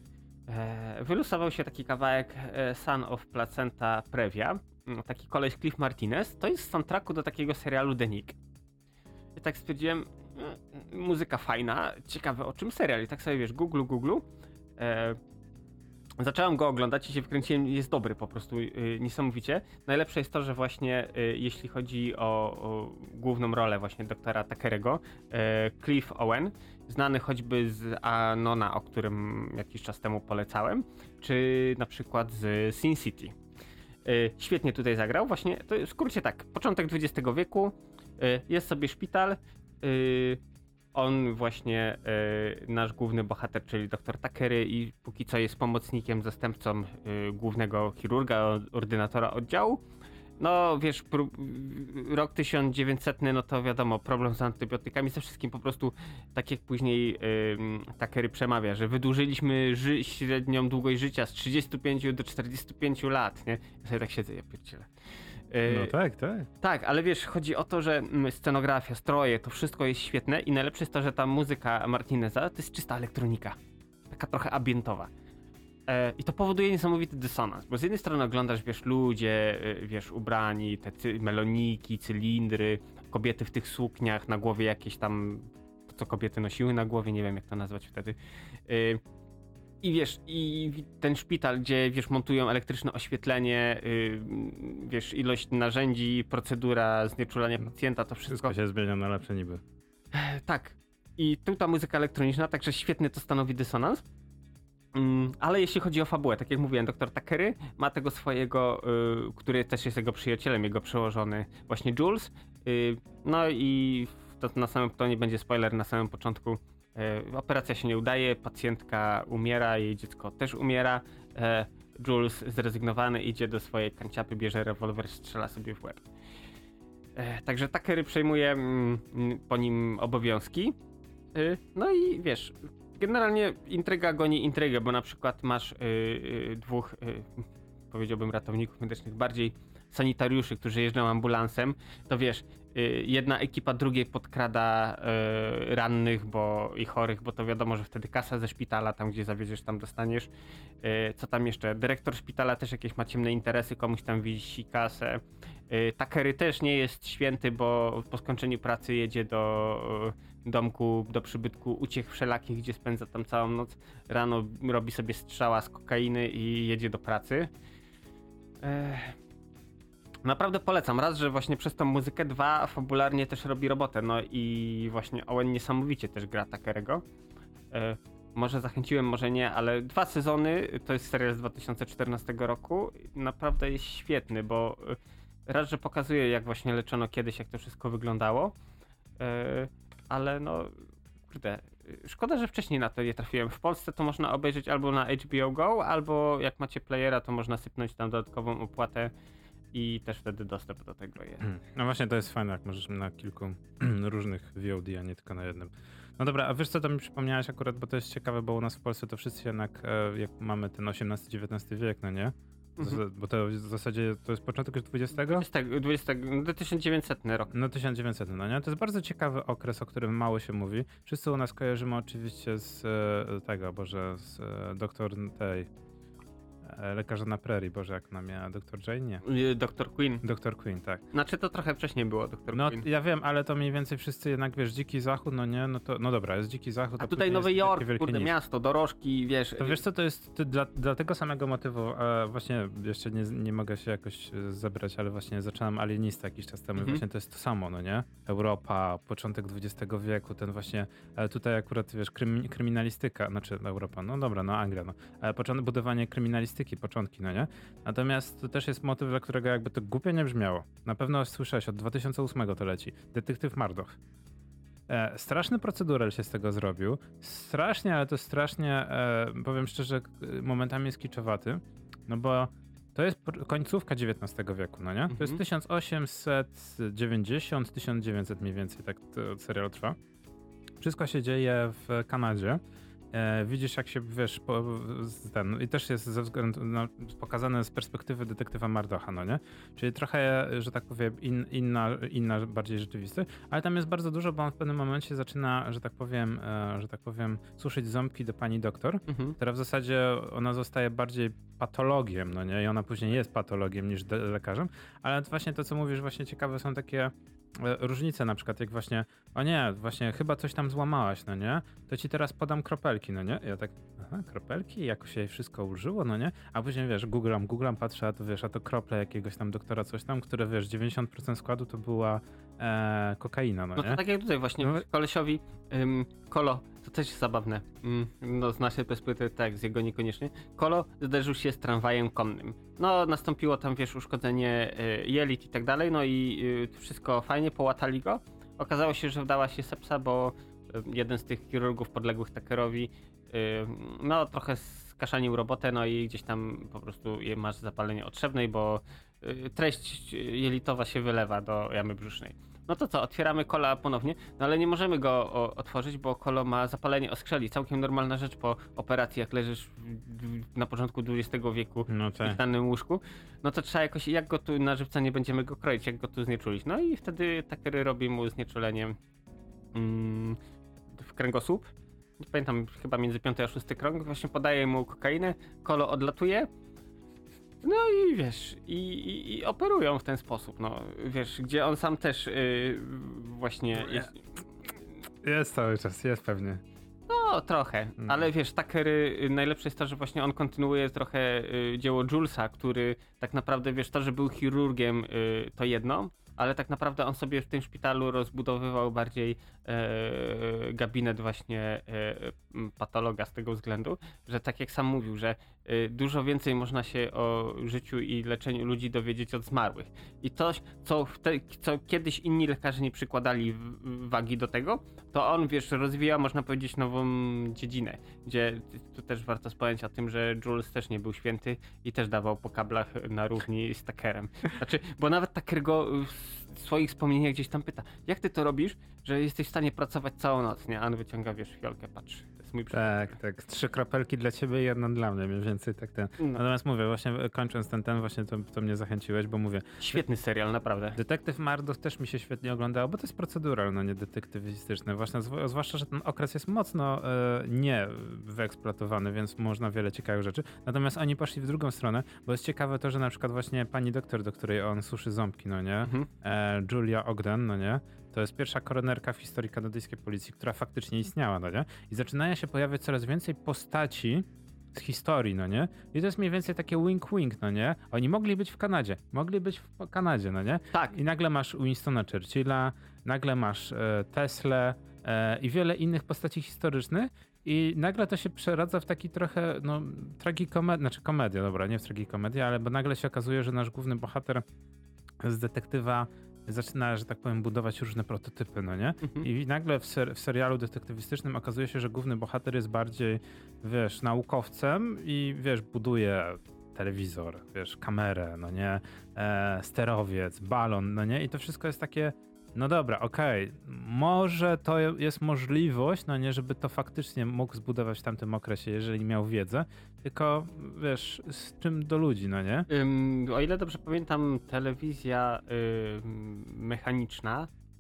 e, wylusował się taki kawałek e, Son of Placenta Previa, mm, taki koleś Cliff Martinez, to jest z soundtracku do takiego serialu The Nick. I tak stwierdziłem, mm, muzyka fajna, ciekawe o czym serial, i tak sobie wiesz, Google, Google, e, zacząłem go oglądać i się wkręciłem, jest dobry po prostu, yy, niesamowicie. Najlepsze jest to, że właśnie yy, jeśli chodzi o, o główną rolę właśnie doktora Tuckerego, yy, Cliff Owen, znany choćby z Anona, o którym jakiś czas temu polecałem, czy na przykład z Sin City. Yy, świetnie tutaj zagrał, właśnie, to w skrócie tak, początek dwudziestego wieku, yy, jest sobie szpital, yy, on właśnie, y, nasz główny bohater, czyli doktor Tuckery, i póki co jest pomocnikiem, zastępcą y, głównego chirurga, ordynatora oddziału. No wiesz, pró- rok tysiąc dziewięćsetny, no to wiadomo, problem z antybiotykami, ze wszystkim po prostu, tak jak później y, Tuckery przemawia, że wydłużyliśmy ży- średnią długość życia z trzydziestu pięciu do czterdziestu pięciu lat, nie? Ja sobie tak siedzę, ja pierdzielę. No tak, tak. Tak, ale wiesz, chodzi o to, że mm, scenografia, stroje, to wszystko jest świetne i najlepsze jest to, że ta muzyka Martineza to jest czysta elektronika. Taka trochę ambientowa. E, I to powoduje niesamowity dysonans, bo z jednej strony oglądasz, wiesz, ludzie, y, wiesz, ubrani, te cy- meloniki, cylindry, kobiety w tych sukniach, na głowie jakieś tam, to co kobiety nosiły na głowie, nie wiem jak to nazwać wtedy. Y, I wiesz, i ten szpital, gdzie wiesz, montują elektryczne oświetlenie, yy, wiesz, ilość narzędzi, procedura znieczulania pacjenta, to wszystko. Wszystko się zmienia na lepsze niby. Tak. I tu ta muzyka elektroniczna, także świetnie to stanowi dysonans. Mm, ale jeśli chodzi o fabułę, tak jak mówiłem, doktor Tuckery ma tego swojego, yy, który też jest jego przyjacielem, jego przełożony właśnie Jules. Yy, no i to na samym, to nie będzie spoiler, na samym początku E, operacja się nie udaje, pacjentka umiera, jej dziecko też umiera. E, Jules zrezygnowany idzie do swojej kanciapy, bierze rewolwer, strzela sobie w łeb. E, także Tuckery przejmuje mm, po nim obowiązki. E, no i wiesz, generalnie intryga goni intrygę, bo na przykład masz y, y, dwóch, y, powiedziałbym, ratowników medycznych, bardziej sanitariuszy, którzy jeżdżą ambulansem, to wiesz, y, jedna ekipa drugiej podkrada y, rannych bo, i chorych, bo to wiadomo, że wtedy kasa ze szpitala, tam gdzie zawiedziesz, tam dostaniesz. Y, co tam jeszcze? Dyrektor szpitala też jakieś ma ciemne interesy, komuś tam wisi kasę. Y, Tuckery też nie jest święty, bo po skończeniu pracy jedzie do y, domku, do przybytku uciech wszelakich, gdzie spędza tam całą noc. Rano robi sobie strzała z kokainy i jedzie do pracy. Ech. Naprawdę polecam. Raz, że właśnie przez tą muzykę, dwa, fabularnie też robi robotę. No i właśnie Owen niesamowicie też gra Tuckerego. E, może zachęciłem, może nie, ale dwa sezony, to jest serial z dwa tysiące czternastego roku. Naprawdę jest świetny, bo raz, że pokazuje, jak właśnie leczono kiedyś, jak to wszystko wyglądało. E, ale no, kurde, szkoda, że wcześniej na to nie trafiłem. W Polsce to można obejrzeć albo na H B O Go, albo jak macie playera, to można sypnąć tam dodatkową opłatę i też wtedy dostęp do tego jest. No właśnie to jest fajne, jak możesz na kilku różnych V O D, a nie tylko na jednym. No dobra, a wiesz co, to mi przypomniałeś akurat, bo to jest ciekawe, bo u nas w Polsce to wszyscy jednak, e, jak mamy ten osiemnasty dziewiętnasty wiek, no nie? Mhm. Z, bo to w zasadzie to jest początek już dwudziestego? dwudziestego, tysiąc dziewięćsetny rok. No tysiąc dziewięćset, no nie? To jest bardzo ciekawy okres, o którym mało się mówi. Wszyscy u nas kojarzymy oczywiście z e, tego, boże, z e, doktor tej... E, e, Lekarza na Prairie, Boże, jak ona miała, doktor Jane? Nie. Y, doktor Queen. doktor Queen, tak. Znaczy to trochę wcześniej było doktor No Queen. ja wiem, ale to mniej więcej wszyscy jednak, wiesz, Dziki Zachód, no nie, no to, no dobra, jest Dziki Zachód, A a tutaj później Nowy jest Jork, Wielkie kurde, Nic. miasto, dorożki, wiesz. To wiesz co, to jest to dla, dla tego samego motywu, e, właśnie jeszcze nie, nie mogę się jakoś e, zebrać, ale właśnie zaczynałem Alienista jakiś czas temu Mhm. i właśnie to jest to samo, no nie? Europa, początek dwudziestego wieku, ten właśnie, ale tutaj akurat, wiesz, krymi, kryminalistyka, znaczy Europa, no dobra, no Anglia, no, ale początek, budowanie kryminalistyki, początki, no nie? Natomiast to też jest motyw, dla którego jakby to głupio nie brzmiało. Na pewno słyszałeś, od dwa tysiące ósmego to leci. Detektyw Murdoch. E, straszny procedurel się z tego zrobił. Strasznie, ale to strasznie, e, powiem szczerze, k- momentami jest kiczowaty, no bo to jest pr- końcówka dziewiętnastego wieku, no nie? To jest Mhm. tysiąc osiemset dziewięćdziesiąt, tysiąc dziewięćset mniej więcej, tak to serial trwa. Wszystko się dzieje w Kanadzie. E, widzisz, jak się, wiesz, po, z ten, i też jest ze względu, no, pokazane z perspektywy detektywa Murdocha, no nie? Czyli trochę, że tak powiem, in, inna, inna, bardziej rzeczywistość, ale tam jest bardzo dużo, bo on w pewnym momencie zaczyna, że tak powiem, e, że tak powiem, suszyć ząbki do pani doktor, Mhm. która w zasadzie ona zostaje bardziej patologiem, no nie? I ona później jest patologiem niż de- lekarzem, ale właśnie to, co mówisz, właśnie ciekawe są takie e, różnice, na przykład jak właśnie, o nie, właśnie chyba coś tam złamałaś, no nie? To ci teraz podam kropelki, no nie? I ja tak, aha, kropelki? Jakoś się jej wszystko użyło, no nie? A później, wiesz, googlam, googlam, patrzę, a to wiesz, a to krople jakiegoś tam doktora, coś tam, które, wiesz, dziewięćdziesiąt procent składu to była e, kokaina, no No nie? to tak jak tutaj właśnie No. kolesiowi ym, Kolo, to też jest zabawne. Ym, no z naszej perspektywy tak, z jego niekoniecznie. Kolo zderzył się z tramwajem konnym. No nastąpiło tam, wiesz, uszkodzenie y, jelit i tak dalej, no i y, wszystko fajnie, połatali go. Okazało się, że wdała się sepsa, bo y, jeden z tych chirurgów podległych Tuckerowi y, no trochę skaszanił robotę, no i gdzieś tam po prostu je- masz zapalenie otrzewnej, bo y, treść jelitowa się wylewa do jamy brzusznej. No to co, otwieramy Kola ponownie, no ale nie możemy go o, otworzyć, bo Kolo ma zapalenie oskrzeli. Całkiem normalna rzecz po operacji, jak leżysz w, w, na początku dwudziestego wieku No w tak. danym łóżku. No to trzeba jakoś, jak go tu na żywca nie będziemy go kroić, jak go tu znieczulić. No i wtedy Tuckery robi mu znieczulenie mm, w kręgosłup. Nie pamiętam, chyba między piąty a szósty krąg. Właśnie podaje mu kokainę, Kolo odlatuje. No i wiesz, i, i, i operują w ten sposób, no wiesz, gdzie on sam też yy, właśnie jest, Jest cały czas, jest pewnie. no trochę, Mhm. ale wiesz, Tuckery, y, najlepsze jest to, że właśnie on kontynuuje trochę y, dzieło Julesa, który tak naprawdę, wiesz, to, że był chirurgiem y, to jedno, ale tak naprawdę on sobie w tym szpitalu rozbudowywał bardziej e, gabinet właśnie e, m, patologa z tego względu, że tak jak sam mówił, że e, dużo więcej można się o życiu i leczeniu ludzi dowiedzieć od zmarłych. I coś, co, w te, co kiedyś inni lekarze nie przykładali w- wagi do tego, to on, wiesz, rozwija, można powiedzieć, nową dziedzinę, gdzie tu też warto wspomnieć o tym, że Jules też nie był święty i też dawał po kablach na równi z Tuckerem. Znaczy, bo nawet Tucker go w swoich wspomnieniach gdzieś tam pyta, jak ty to robisz, że jesteś w stanie pracować całą noc, nie? A on wyciąga, wiesz, fiolkę, patrz, to jest mój Tak, tak. Trzy kropelki dla ciebie i jedna dla mnie, mniej więcej tak ten. No. Natomiast mówię, właśnie kończąc ten ten, właśnie to, to mnie zachęciłeś, bo mówię, Świetny serial, naprawdę. Detektyw Murdoch też mi się świetnie oglądało, bo to jest procedural, no nie detektywistyczny. Właśnie, zw- zwłaszcza, że ten okres jest mocno e, nie wyeksploatowany, więc można wiele ciekawych rzeczy. Natomiast oni poszli w drugą stronę, bo jest ciekawe to, że na przykład właśnie pani doktor, do której on suszy ząbki, no nie? Mhm. E, Julia Ogden, no nie? To jest pierwsza koronerka w historii kanadyjskiej policji, która faktycznie istniała, no nie? I zaczynają się pojawiać coraz więcej postaci z historii, no nie? I to jest mniej więcej takie wink-wink, no nie? Oni mogli być w Kanadzie, mogli być w Kanadzie, no nie? Tak, I nagle masz Winstona Churchilla, nagle masz e, Teslę e, i wiele innych postaci historycznych i nagle to się przeradza w taki trochę, no, tragikomedia, znaczy komedia, dobra, nie w tragikomedia, ale bo nagle się okazuje, że nasz główny bohater z detektywa zaczyna, że tak powiem, budować różne prototypy, no nie? Mhm. I nagle w, ser- w serialu detektywistycznym okazuje się, że główny bohater jest bardziej, wiesz, naukowcem i, wiesz, buduje telewizor, wiesz, kamerę, no nie? E, sterowiec, balon, no nie? I to wszystko jest takie, no dobra, okej, może to jest możliwość, no nie, żeby to faktycznie mógł zbudować w tamtym okresie, jeżeli miał wiedzę, tylko, wiesz, z czym do ludzi, no nie? Ym, o ile dobrze pamiętam, telewizja ym, mechaniczna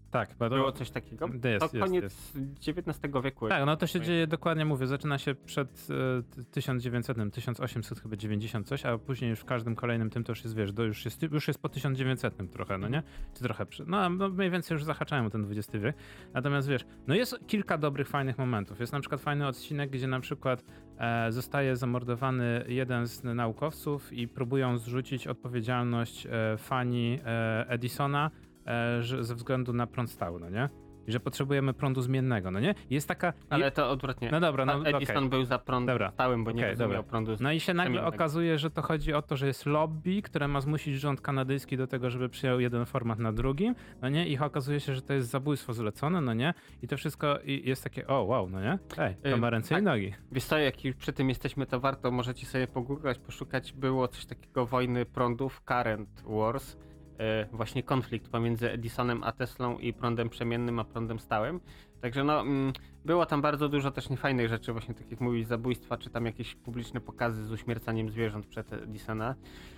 Tak, chyba to Było coś takiego? Jest, to jest, koniec jest. dziewiętnastego wieku. Tak, no to się Pamiętam. dzieje dokładnie, mówię, zaczyna się przed e, tysiąc dziewięćsetnym, tysiąc osiemset chyba dziewięćdziesiąt coś, a później już w każdym kolejnym tym to już jest, wiesz, to już jest, już jest po tysiąc dziewięćsetnym trochę, no nie? Czy trochę, przy, no, no mniej więcej już zahaczają o ten dwudziesty wiek. Natomiast wiesz, no jest kilka dobrych, fajnych momentów. Jest na przykład fajny odcinek, gdzie na przykład e, zostaje zamordowany jeden z naukowców i próbują zrzucić odpowiedzialność e, fani e, Edisona e, że, ze względu na prąd stały, no nie? I że potrzebujemy prądu zmiennego, no nie? Jest taka... Ale to odwrotnie. No dobra, no A Edison okej. był za prąd Dobra. stałym, bo nie Okej, rozumiał dobra. prądu No i się nagle przemiennego. okazuje, że to chodzi o to, że jest lobby, które ma zmusić rząd kanadyjski do tego, żeby przyjął jeden format na drugim, no nie? I okazuje się, że to jest zabójstwo zlecone, no nie? I to wszystko i jest takie, o wow, no nie? Ej, to Ym, ma ręce tak. i nogi. Wiesz co, jak już przy tym jesteśmy, to warto, możecie sobie pogooglać, poszukać. Było coś takiego wojny prądów, Current Wars. E, właśnie konflikt pomiędzy Edisonem a Teslą i prądem przemiennym a prądem stałym. Także no, mm, było tam bardzo dużo też niefajnych rzeczy, właśnie tak jak mówisz, zabójstwa, czy tam jakieś publiczne pokazy z uśmiercaniem zwierząt przed Edisona.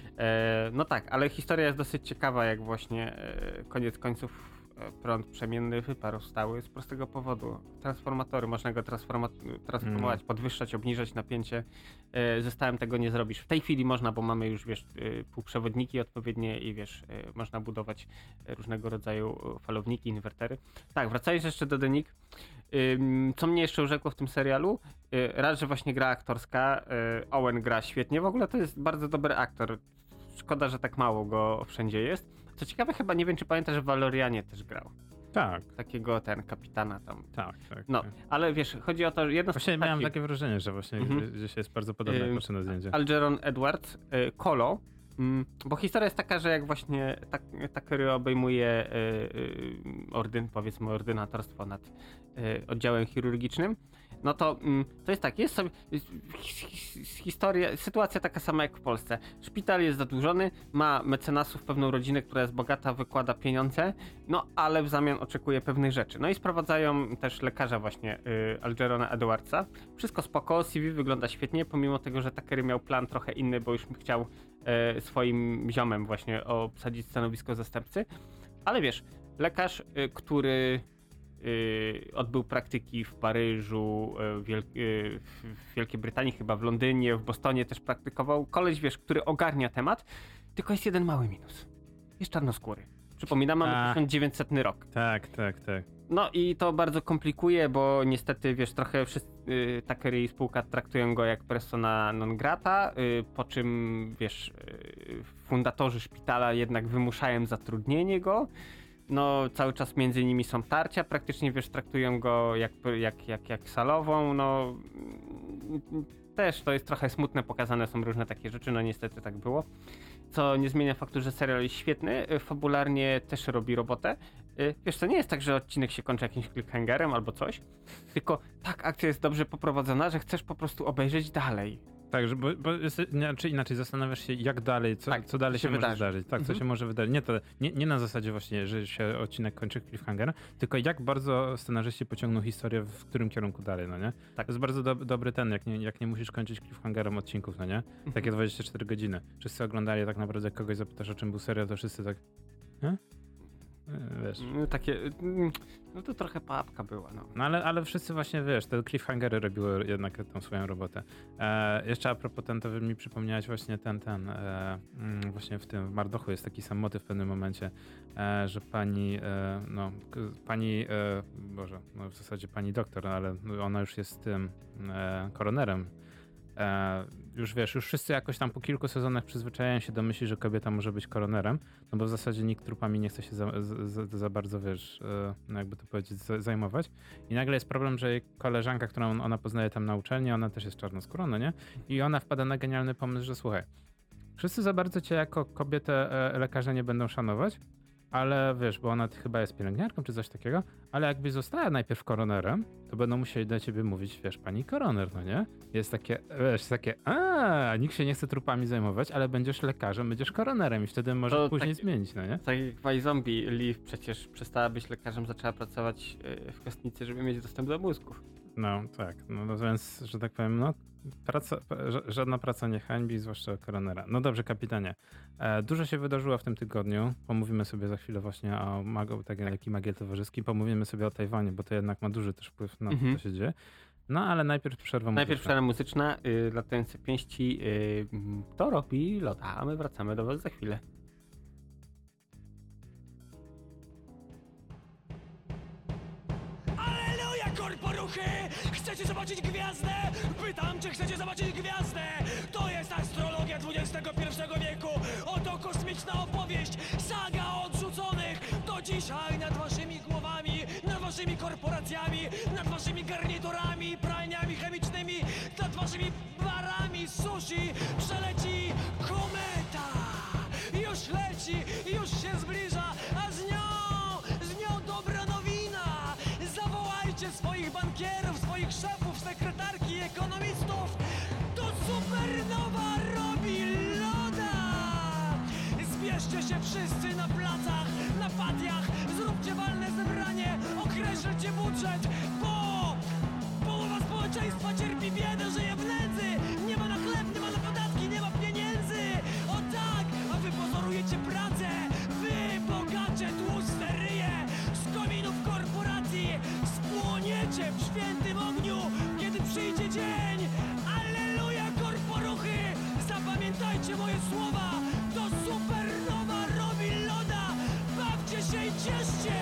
E, no tak, ale historia jest dosyć ciekawa, jak właśnie e, koniec końców e, prąd przemienny wyparł stały z prostego powodu. Transformatory, można go transforma- transformować, Mm. podwyższać, obniżać napięcie. E, ze stałym tego nie zrobisz. W tej chwili można, bo mamy już, wiesz, e, półprzewodniki odpowiednie i wiesz, e, można budować e, różnego rodzaju falowniki, inwertery. Tak, wracając jeszcze do Denik, ym, co mnie jeszcze urzekło w tym serialu, y, raz, że właśnie gra aktorska, y, Owen gra świetnie, w ogóle to jest bardzo dobry aktor. Szkoda, że tak mało go wszędzie jest. Co ciekawe, chyba nie wiem, czy pamiętasz, że w Valorianie też grał. Tak, Takiego ten kapitana tam. tak, tak. No, tak. ale wiesz, chodzi o to, że jedno z Właśnie miałem postaci- takie wrażenie, że właśnie Mhm. gdzieś jest bardzo podobne, jak Ym, patrzę na zdjęcie. Algeron Edwards, y, Kolo, mm, bo historia jest taka, że jak właśnie tak, Takery obejmuje y, y, ordyn, powiedzmy ordynatorstwo nad y, oddziałem chirurgicznym, no to mm, to jest tak, jest sobie his- his- historia, sytuacja taka sama jak w Polsce. Szpital jest zadłużony, ma mecenasów, pewną rodzinę, która jest bogata, wykłada pieniądze, no ale w zamian oczekuje pewnych rzeczy. No i sprowadzają też lekarza właśnie y, Algerona Edwardsa. Wszystko spoko, C V wygląda świetnie, pomimo tego, że Takery miał plan trochę inny, bo już chciał e, swoim ziomem właśnie obsadzić stanowisko zastępcy. Ale wiesz, lekarz, y, który y, odbył praktyki w Paryżu, y, Wiel- y, w Wielkiej Brytanii, chyba w Londynie, w Bostonie też praktykował. Koleś, wiesz, który ogarnia temat, tylko jest jeden mały minus. Jest czarnoskóry. Przypominam, mamy A. tysiąc dziewięćsetny rok. Tak, tak, tak. No i to bardzo komplikuje, bo niestety, wiesz, trochę wszyscy, y, Takery i spółka traktują go jak persona non grata, y, po czym, wiesz, y, fundatorzy szpitala jednak wymuszają zatrudnienie go. No, cały czas między nimi są tarcia, praktycznie, wiesz, traktują go jak, jak, jak, jak salową, no... mm, Też to jest trochę smutne, pokazane są różne takie rzeczy, no niestety tak było. Co nie zmienia faktu, że serial jest świetny, y, fabularnie też robi robotę. Y, Wiesz, to nie jest tak, że odcinek się kończy jakimś cliffhangerem albo coś, tylko tak, akcja jest dobrze poprowadzona, że chcesz po prostu obejrzeć dalej. Tak, że, bo, bo jest, nie, czy inaczej zastanawiasz się, jak dalej, co, Tak, co dalej co się, się może wydarzy. zdarzyć. Tak, co Mhm. się może wydarzyć. Nie, to, nie, nie na zasadzie właśnie, że się odcinek kończy cliffhangerem, tylko jak bardzo scenarzyści pociągną historię, w którym kierunku dalej, no nie? Tak. To jest bardzo do, dobry ten, jak nie, jak nie musisz kończyć cliffhangerem odcinków, no nie? Takie dwadzieścia cztery godziny. Wszyscy oglądali, tak naprawdę jak kogoś zapytasz, o czym był serial, to wszyscy tak, nie? E, Wiesz. No, takie, mm, no to trochę papka była, no. No ale, ale wszyscy właśnie, wiesz, te cliffhangery robiły jednak tą swoją robotę. E, jeszcze a propos ten, to mi przypomniałeś właśnie ten, ten, e, mm, właśnie w tym w Mardochu jest taki sam motyw w pewnym momencie, e, że pani, e, no, k- pani, e, Boże, no w zasadzie pani doktor, ale ona już jest tym e, koronerem. E, już wiesz, już wszyscy jakoś tam po kilku sezonach przyzwyczajają się do myśli, że kobieta może być koronerem, no bo w zasadzie nikt trupami nie chce się za, za, za bardzo, wiesz, e, no jakby to powiedzieć, za, zajmować. I nagle jest problem, że jej koleżanka, którą ona poznaje tam na uczelni, ona też jest czarnoskóra, no nie? I ona wpada na genialny pomysł, że słuchaj, wszyscy za bardzo cię jako kobietę e, lekarze nie będą szanować, ale wiesz, bo ona chyba jest pielęgniarką czy coś takiego, ale jakby została najpierw koronerem, to będą musieli do ciebie mówić, wiesz, pani koroner, no nie? Jest takie, wiesz, takie, a nikt się nie chce trupami zajmować, ale będziesz lekarzem, będziesz koronerem i wtedy może To później tak- zmienić, no nie? Tak jak w Zombie, Liv przecież przestała być lekarzem, zaczęła pracować y, w kostnicy, żeby mieć dostęp do mózgów. No tak, no, no więc, że tak powiem, no praca, żadna praca nie hańbi, zwłaszcza koronera. No dobrze, kapitanie. E, dużo się wydarzyło w tym tygodniu. Pomówimy sobie za chwilę właśnie o Mago, tak jak i Magiel Towarzyski. Pomówimy sobie o Tajwanie, bo to jednak ma duży też wpływ na Mhm. to, co się dzieje. No ale najpierw przerwa muzyczna. Najpierw przerwa muzyczna, y, latające pięści, y, to robi Loda, a my wracamy do was za chwilę. Aleluja, korporuchy! Chcecie zobaczyć gwiazdę? Pytam, czy chcecie zobaczyć gwiazdę? To jest astrologia dwudziestego pierwszego wieku. Oto kosmiczna opowieść, saga o odrzuconych. Do dzisiaj nad waszymi głowami, nad waszymi korporacjami, nad waszymi garniturami, pralniami chemicznymi, nad waszymi barami sushi przeleci kometa. Już leci, już się zbliża, a z nią, z nią dobra nowina. Zawołajcie swoich bankierów, swoich szefów, sekretarki, ekonomistów. To supernowa robi loda! Zbierzcie się wszyscy na placach, na patiach, zróbcie walne zebranie, określcie budżet, bo połowa społeczeństwa cierpi biedę, żyje w nędzy. Nie ma na chleb, nie ma na podatki, nie ma pieniędzy. O tak, a wy pozorujecie pracę, wy bogacze tłuste ryje z kominów korporacji spłoniecie w świętym ogniu, kiedy przyjdzie dzień. Alleluja, korporuchy! Zapamiętajcie moje słowa, to supernowa robi loda. Bawcie się i cieszcie!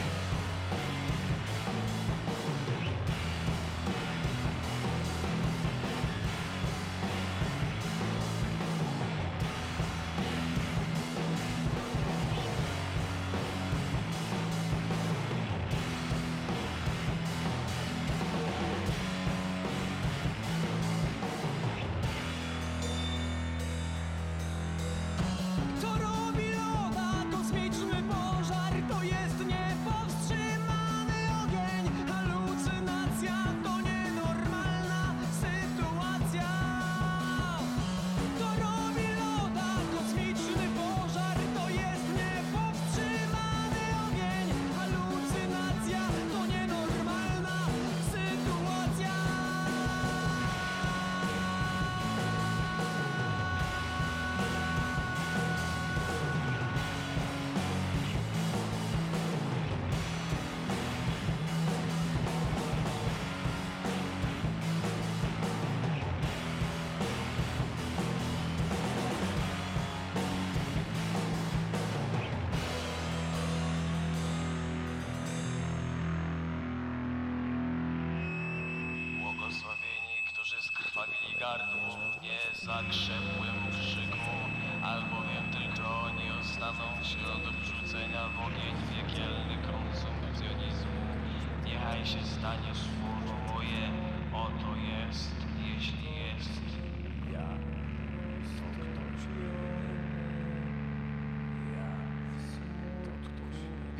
To robi loda, kosmiczny pożar, to jest niepowstrzymany ogień. Halucynacja to nienormalna sytuacja. To robi loda, kosmiczny pożar, to jest niepowstrzymany ogień. Halucynacja to nienormalna sytuacja. Błogosławieni, którzy skrwawili gardło, nie zakrzepłym w szyku, albowiem tylko oni ostaną się do wrzucenia w ogień piekielny konsumpcjonizmu. Niechaj się stanie słowo moje, oto jest, jeśli jest. Ja, to ktoś. Ja, to ktoś.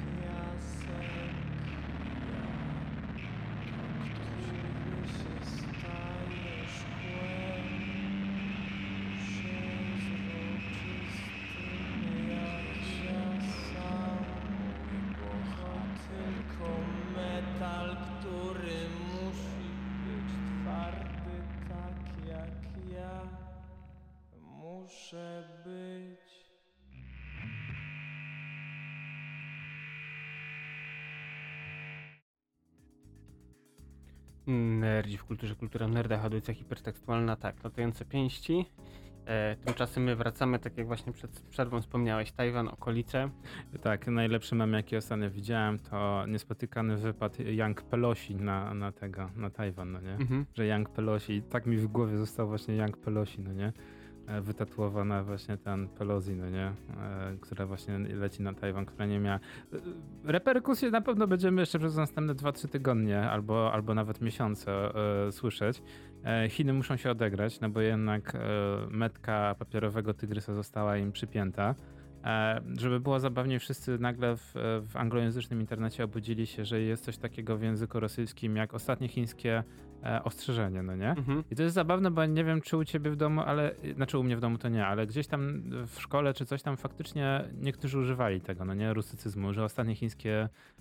Tylko metal, który musi być twardy tak jak ja. Muszę być. Nerdzi w kulturze, kultura w nerdach, audycja hipertekstualna, tak, latające pięści. E, tymczasem my wracamy, tak jak właśnie przed przerwą wspomniałeś, Tajwan, okolice. Tak, najlepszy mem, jaki ostatnio widziałem, to niespotykany wypad Young Pelosi na, na tego, na Tajwan, no nie? Mhm. Że Young Pelosi, tak mi w głowie został właśnie Young Pelosi, no nie? E, Wytatuowana właśnie ten Pelosi, no nie? E, która właśnie leci na Tajwan, która nie miała... E, reperkusje na pewno będziemy jeszcze przez następne dwa trzy tygodnie albo, albo nawet miesiące e, słyszeć. E, Chiny muszą się odegrać, no bo jednak e, metka papierowego tygrysa została im przypięta. E, żeby było zabawniej, wszyscy nagle w, w anglojęzycznym internecie obudzili się, że jest coś takiego w języku rosyjskim jak ostatnie chińskie e, ostrzeżenie, no nie? Mhm. I to jest zabawne, bo nie wiem, czy u ciebie w domu, ale, znaczy u mnie w domu to nie, ale gdzieś tam w szkole czy coś tam faktycznie niektórzy używali tego, no nie? Rusycyzmu, że ostatnie chińskie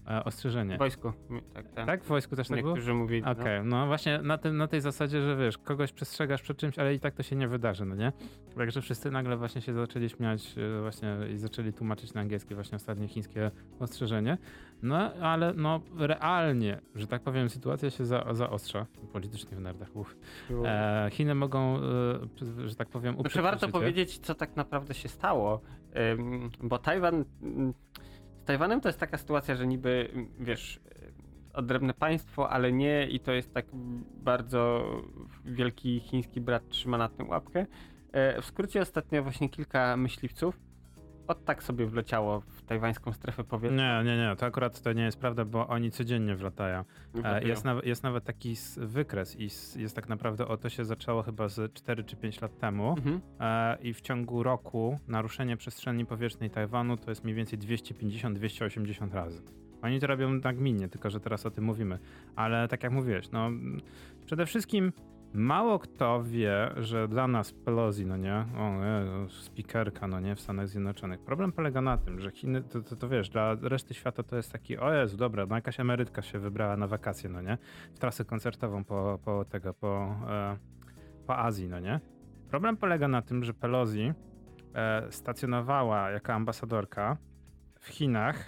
e, ostrzeżenie. W wojsku. Tak, tak. Tak? W wojsku też tak było? Niektórzy mówili. Okej, no. no właśnie na, tym, na tej zasadzie, że wiesz, kogoś przestrzegasz przed czymś, ale i tak to się nie wydarzy, no nie? Także wszyscy nagle właśnie się zaczęli śmiać e, właśnie i zaczęli tłumaczyć na angielski właśnie ostatnie chińskie ostrzeżenie. No ale no realnie, że tak powiem, sytuacja się za, zaostrza politycznie w nerdach. Uf. No. E, Chiny mogą, e, że tak powiem, Znaczy uprzeć warto życie. powiedzieć, co tak naprawdę się stało, ym, bo Tajwan, ym, z Tajwanem to jest taka sytuacja, że niby, ym, wiesz, y, odrębne państwo, ale nie i to jest tak bardzo wielki chiński brat trzyma na tym łapkę. E, w skrócie ostatnio właśnie kilka myśliwców od tak sobie wleciało w tajwańską strefę powietrza. Nie, nie, nie, to akurat to nie jest prawda, bo oni codziennie wlatają. E, Jest, naw- jest nawet taki s- wykres i s- jest tak naprawdę, o to się zaczęło chyba z cztery czy pięć lat temu Mhm. e, i w ciągu roku naruszenie przestrzeni powietrznej Tajwanu to jest mniej więcej dwieście pięćdziesiąt do dwustu osiemdziesięciu razy. Oni to robią nagminnie, tylko że teraz o tym mówimy. Ale tak jak mówiłeś, no przede wszystkim mało kto wie, że dla nas Pelosi, no nie, o, nie, speakerka, no nie, w Stanach Zjednoczonych. Problem polega na tym, że Chiny, to, to, to wiesz, dla reszty świata to jest taki, o Jezu, dobra, no jakaś Ameryka się wybrała na wakacje, no nie, w trasę koncertową po, po tego, po, e, po Azji, no nie. Problem polega na tym, że Pelosi e, stacjonowała jako ambasadorka w Chinach,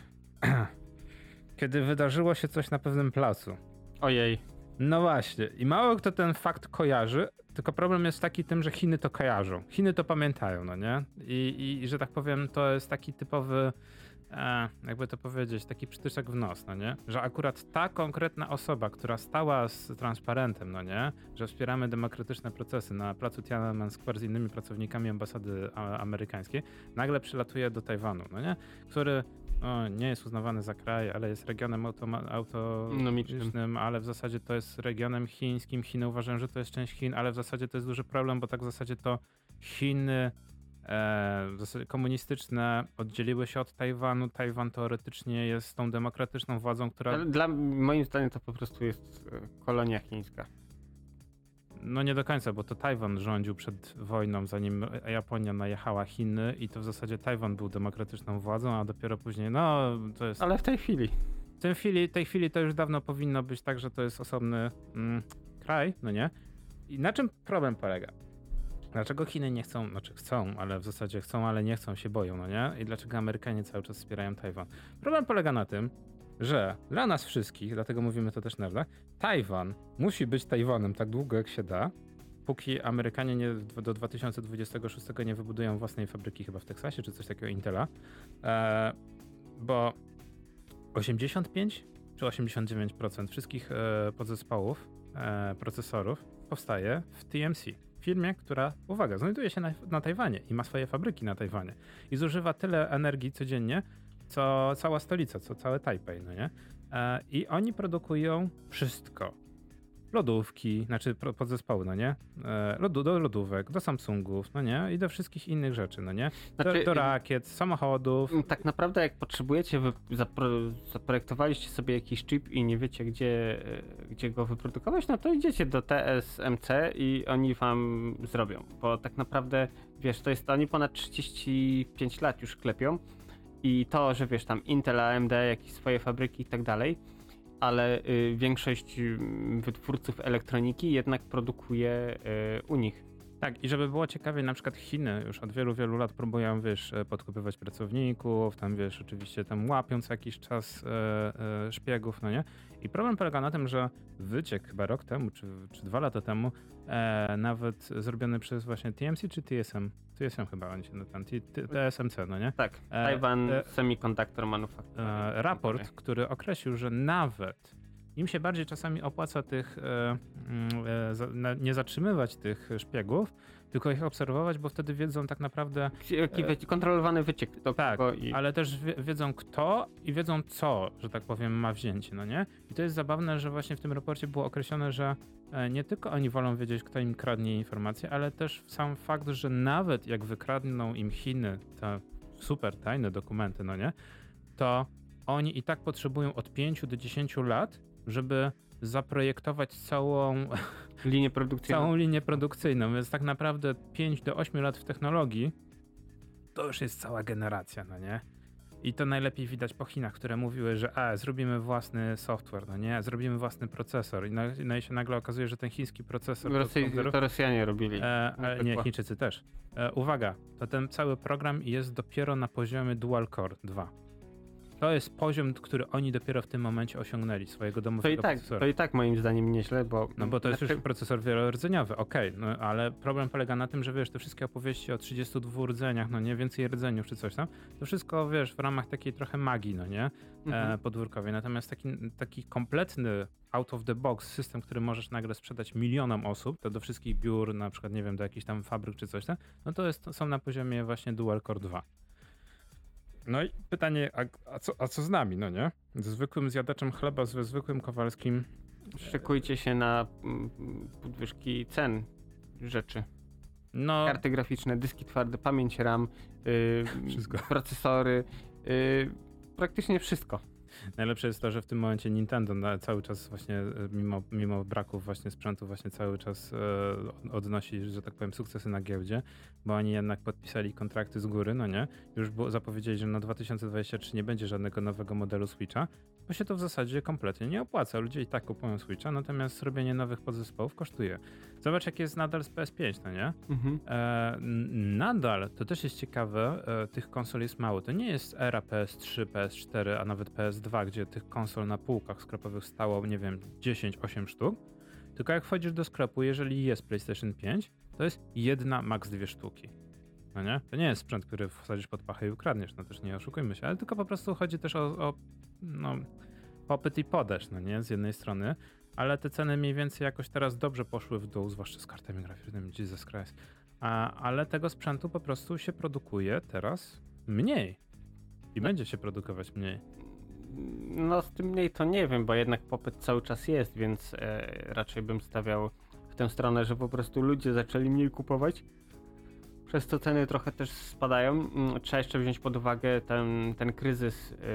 kiedy wydarzyło się coś na pewnym placu. Ojej. No właśnie. I mało kto ten fakt kojarzy, tylko problem jest taki tym, że Chiny to kojarzą. Chiny to pamiętają, no nie? I, i że tak powiem, to jest taki typowy, e, jakby to powiedzieć, taki przytyczek w nos, no nie? Że akurat ta konkretna osoba, która stała z transparentem, no nie? Że wspieramy demokratyczne procesy na placu Tiananmen Square z innymi pracownikami ambasady a, amerykańskiej, nagle przylatuje do Tajwanu, no nie? Który o, nie jest uznawany za kraj, ale jest regionem automa- autonomicznym, ale w zasadzie to jest regionem chińskim. Chiny uważają, że to jest część Chin, ale w zasadzie to jest duży problem, bo tak w zasadzie to Chiny e, w zasadzie komunistyczne oddzieliły się od Tajwanu. Tajwan teoretycznie jest tą demokratyczną władzą, która... Ale dla moim zdaniem to po prostu jest e, kolonia chińska. No nie do końca, bo to Tajwan rządził przed wojną, zanim Japonia najechała Chiny i to w zasadzie Tajwan był demokratyczną władzą, a dopiero później, no to jest... Ale w tej chwili. W tej chwili, tej chwili to już dawno powinno być tak, że to jest osobny mm, kraj, no nie? I na czym problem polega? Dlaczego Chiny nie chcą, znaczy chcą, ale w zasadzie chcą, ale nie chcą, się boją, no nie? I dlaczego Amerykanie cały czas wspierają Tajwan? Problem polega na tym, że dla nas wszystkich, dlatego mówimy to też nerdach, Tajwan musi być Tajwanem tak długo jak się da, póki Amerykanie nie, do dwa tysiące dwudziestego szóstego nie wybudują własnej fabryki chyba w Teksasie, czy coś takiego Intela, e, bo osiemdziesiąt pięć czy osiemdziesiąt dziewięć procent wszystkich e, podzespołów e, procesorów powstaje w T M C, firmie, która, uwaga, znajduje się na, na Tajwanie i ma swoje fabryki na Tajwanie i zużywa tyle energii codziennie, co cała stolica, co całe Tajpej, no nie? E, I oni produkują wszystko. Lodówki, znaczy podzespoły, no nie? E, lodu, do lodówek, do Samsungów, no nie? I do wszystkich innych rzeczy, no nie? Do, Znaczy, do rakiet, samochodów. Tak naprawdę jak potrzebujecie, wy zapro zaprojektowaliście sobie jakiś chip i nie wiecie gdzie, e, gdzie go wyprodukować, no to idziecie do T S M C i oni wam zrobią, bo tak naprawdę, wiesz, to jest, oni ponad trzydzieści pięć lat już klepią i to, że wiesz, tam Intel, A M D, jakieś swoje fabryki i tak dalej, ale y, większość y, wytwórców elektroniki jednak produkuje y, u nich. Tak, i żeby było ciekawie, na przykład Chiny już od wielu, wielu lat próbują, wiesz, podkupywać pracowników, tam, wiesz, oczywiście tam łapią co jakiś czas e, e, szpiegów, no nie? I problem polega na tym, że wyciek chyba rok temu, czy, czy dwa lata temu, e, nawet zrobiony przez właśnie T M C czy T S M? T S M chyba oni się na ten, T S M C, no nie? Tak, E, Taiwan e, Semiconductor Manufacturing. E, raport, który określił, że nawet im się bardziej czasami opłaca tych, e, e, za, na, nie zatrzymywać tych szpiegów, tylko ich obserwować, bo wtedy wiedzą tak naprawdę... Jaki wyciek, kontrolowany wyciek. Do Tak, kogo i... ale też wie, wiedzą kto i wiedzą co, że tak powiem, ma wzięcie, no nie? I to jest zabawne, że właśnie w tym raporcie było określone, że e, nie tylko oni wolą wiedzieć, kto im kradnie informacje, ale też sam fakt, że nawet jak wykradną im Chiny te super tajne dokumenty, no nie? To oni i tak potrzebują od pięciu do dziesięciu lat, żeby zaprojektować całą linię produkcyjną. całą linię produkcyjną, więc tak naprawdę pięć do ośmiu lat w technologii to już jest cała generacja, no nie? I to najlepiej widać po Chinach, które mówiły, że a, zrobimy własny software, no nie, zrobimy własny procesor. I, na, no i się nagle okazuje, że ten chiński procesor... Rosji, to Rosjanie robili. E, e, nie, Chińczycy też. E, uwaga, to ten cały program jest dopiero na poziomie Dual Core dwa. To jest poziom, który oni dopiero w tym momencie osiągnęli, swojego domowego to i tak, procesora. To i tak moim zdaniem nieźle, bo... No bo to jest znaczy... już procesor wielorodzeniowy, okej, okay, no ale problem polega na tym, że wiesz, te wszystkie opowieści o trzydziestu dwóch rdzeniach, no nie, więcej rdzeniów czy coś tam, to wszystko, wiesz, w ramach takiej trochę magii, no nie, mhm. e, podwórkowej. Natomiast taki, taki kompletny out of the box system, który możesz nagle sprzedać milionom osób, to do wszystkich biur, na przykład, nie wiem, do jakichś tam fabryk czy coś tam, no to jest, są na poziomie właśnie Dual Core dwa. No i pytanie, a, a, co, a co z nami, no nie? Ze zwykłym zjadaczem chleba, ze zwykłym Kowalskim. Szykujcie się na podwyżki cen rzeczy. No. Karty graficzne, dyski twarde, pamięć RAM, yy, procesory, yy, praktycznie wszystko. Najlepsze jest to, że w tym momencie Nintendo cały czas właśnie, mimo, mimo braków właśnie sprzętu, właśnie cały czas e, odnosi, że tak powiem, sukcesy na giełdzie, bo oni jednak podpisali kontrakty z góry, no nie? Już było, zapowiedzieli, że na dwa tysiące dwudziesty trzeci nie będzie żadnego nowego modelu Switcha, bo się to w zasadzie kompletnie nie opłaca. Ludzie i tak kupują Switcha, natomiast robienie nowych podzespołów kosztuje. Zobacz, jak jest nadal z P S pięć, no nie? Mhm. E, nadal, to też jest ciekawe, e, tych konsol jest mało. To nie jest era P S trzy, P S cztery, a nawet P S dwa, gdzie tych konsol na półkach sklepowych stało, nie wiem, dziesięć osiem sztuk. Tylko jak wchodzisz do sklepu, jeżeli jest PlayStation pięć, to jest jedna, max dwie sztuki. No nie? To nie jest sprzęt, który wsadzisz pod pachę i ukradniesz, no też nie oszukujmy się, ale tylko po prostu chodzi też o, o no, popyt i podaż, no nie? Z jednej strony, ale te ceny mniej więcej jakoś teraz dobrze poszły w dół, zwłaszcza z kartami graficznymi, Jesus Christ. A, ale tego sprzętu po prostu się produkuje teraz mniej. I będzie się produkować mniej. No z tym mniej to nie wiem, bo jednak popyt cały czas jest, więc e, raczej bym stawiał w tę stronę, że po prostu ludzie zaczęli mniej kupować. Przez to ceny trochę też spadają. Trzeba jeszcze wziąć pod uwagę ten, ten kryzys yy,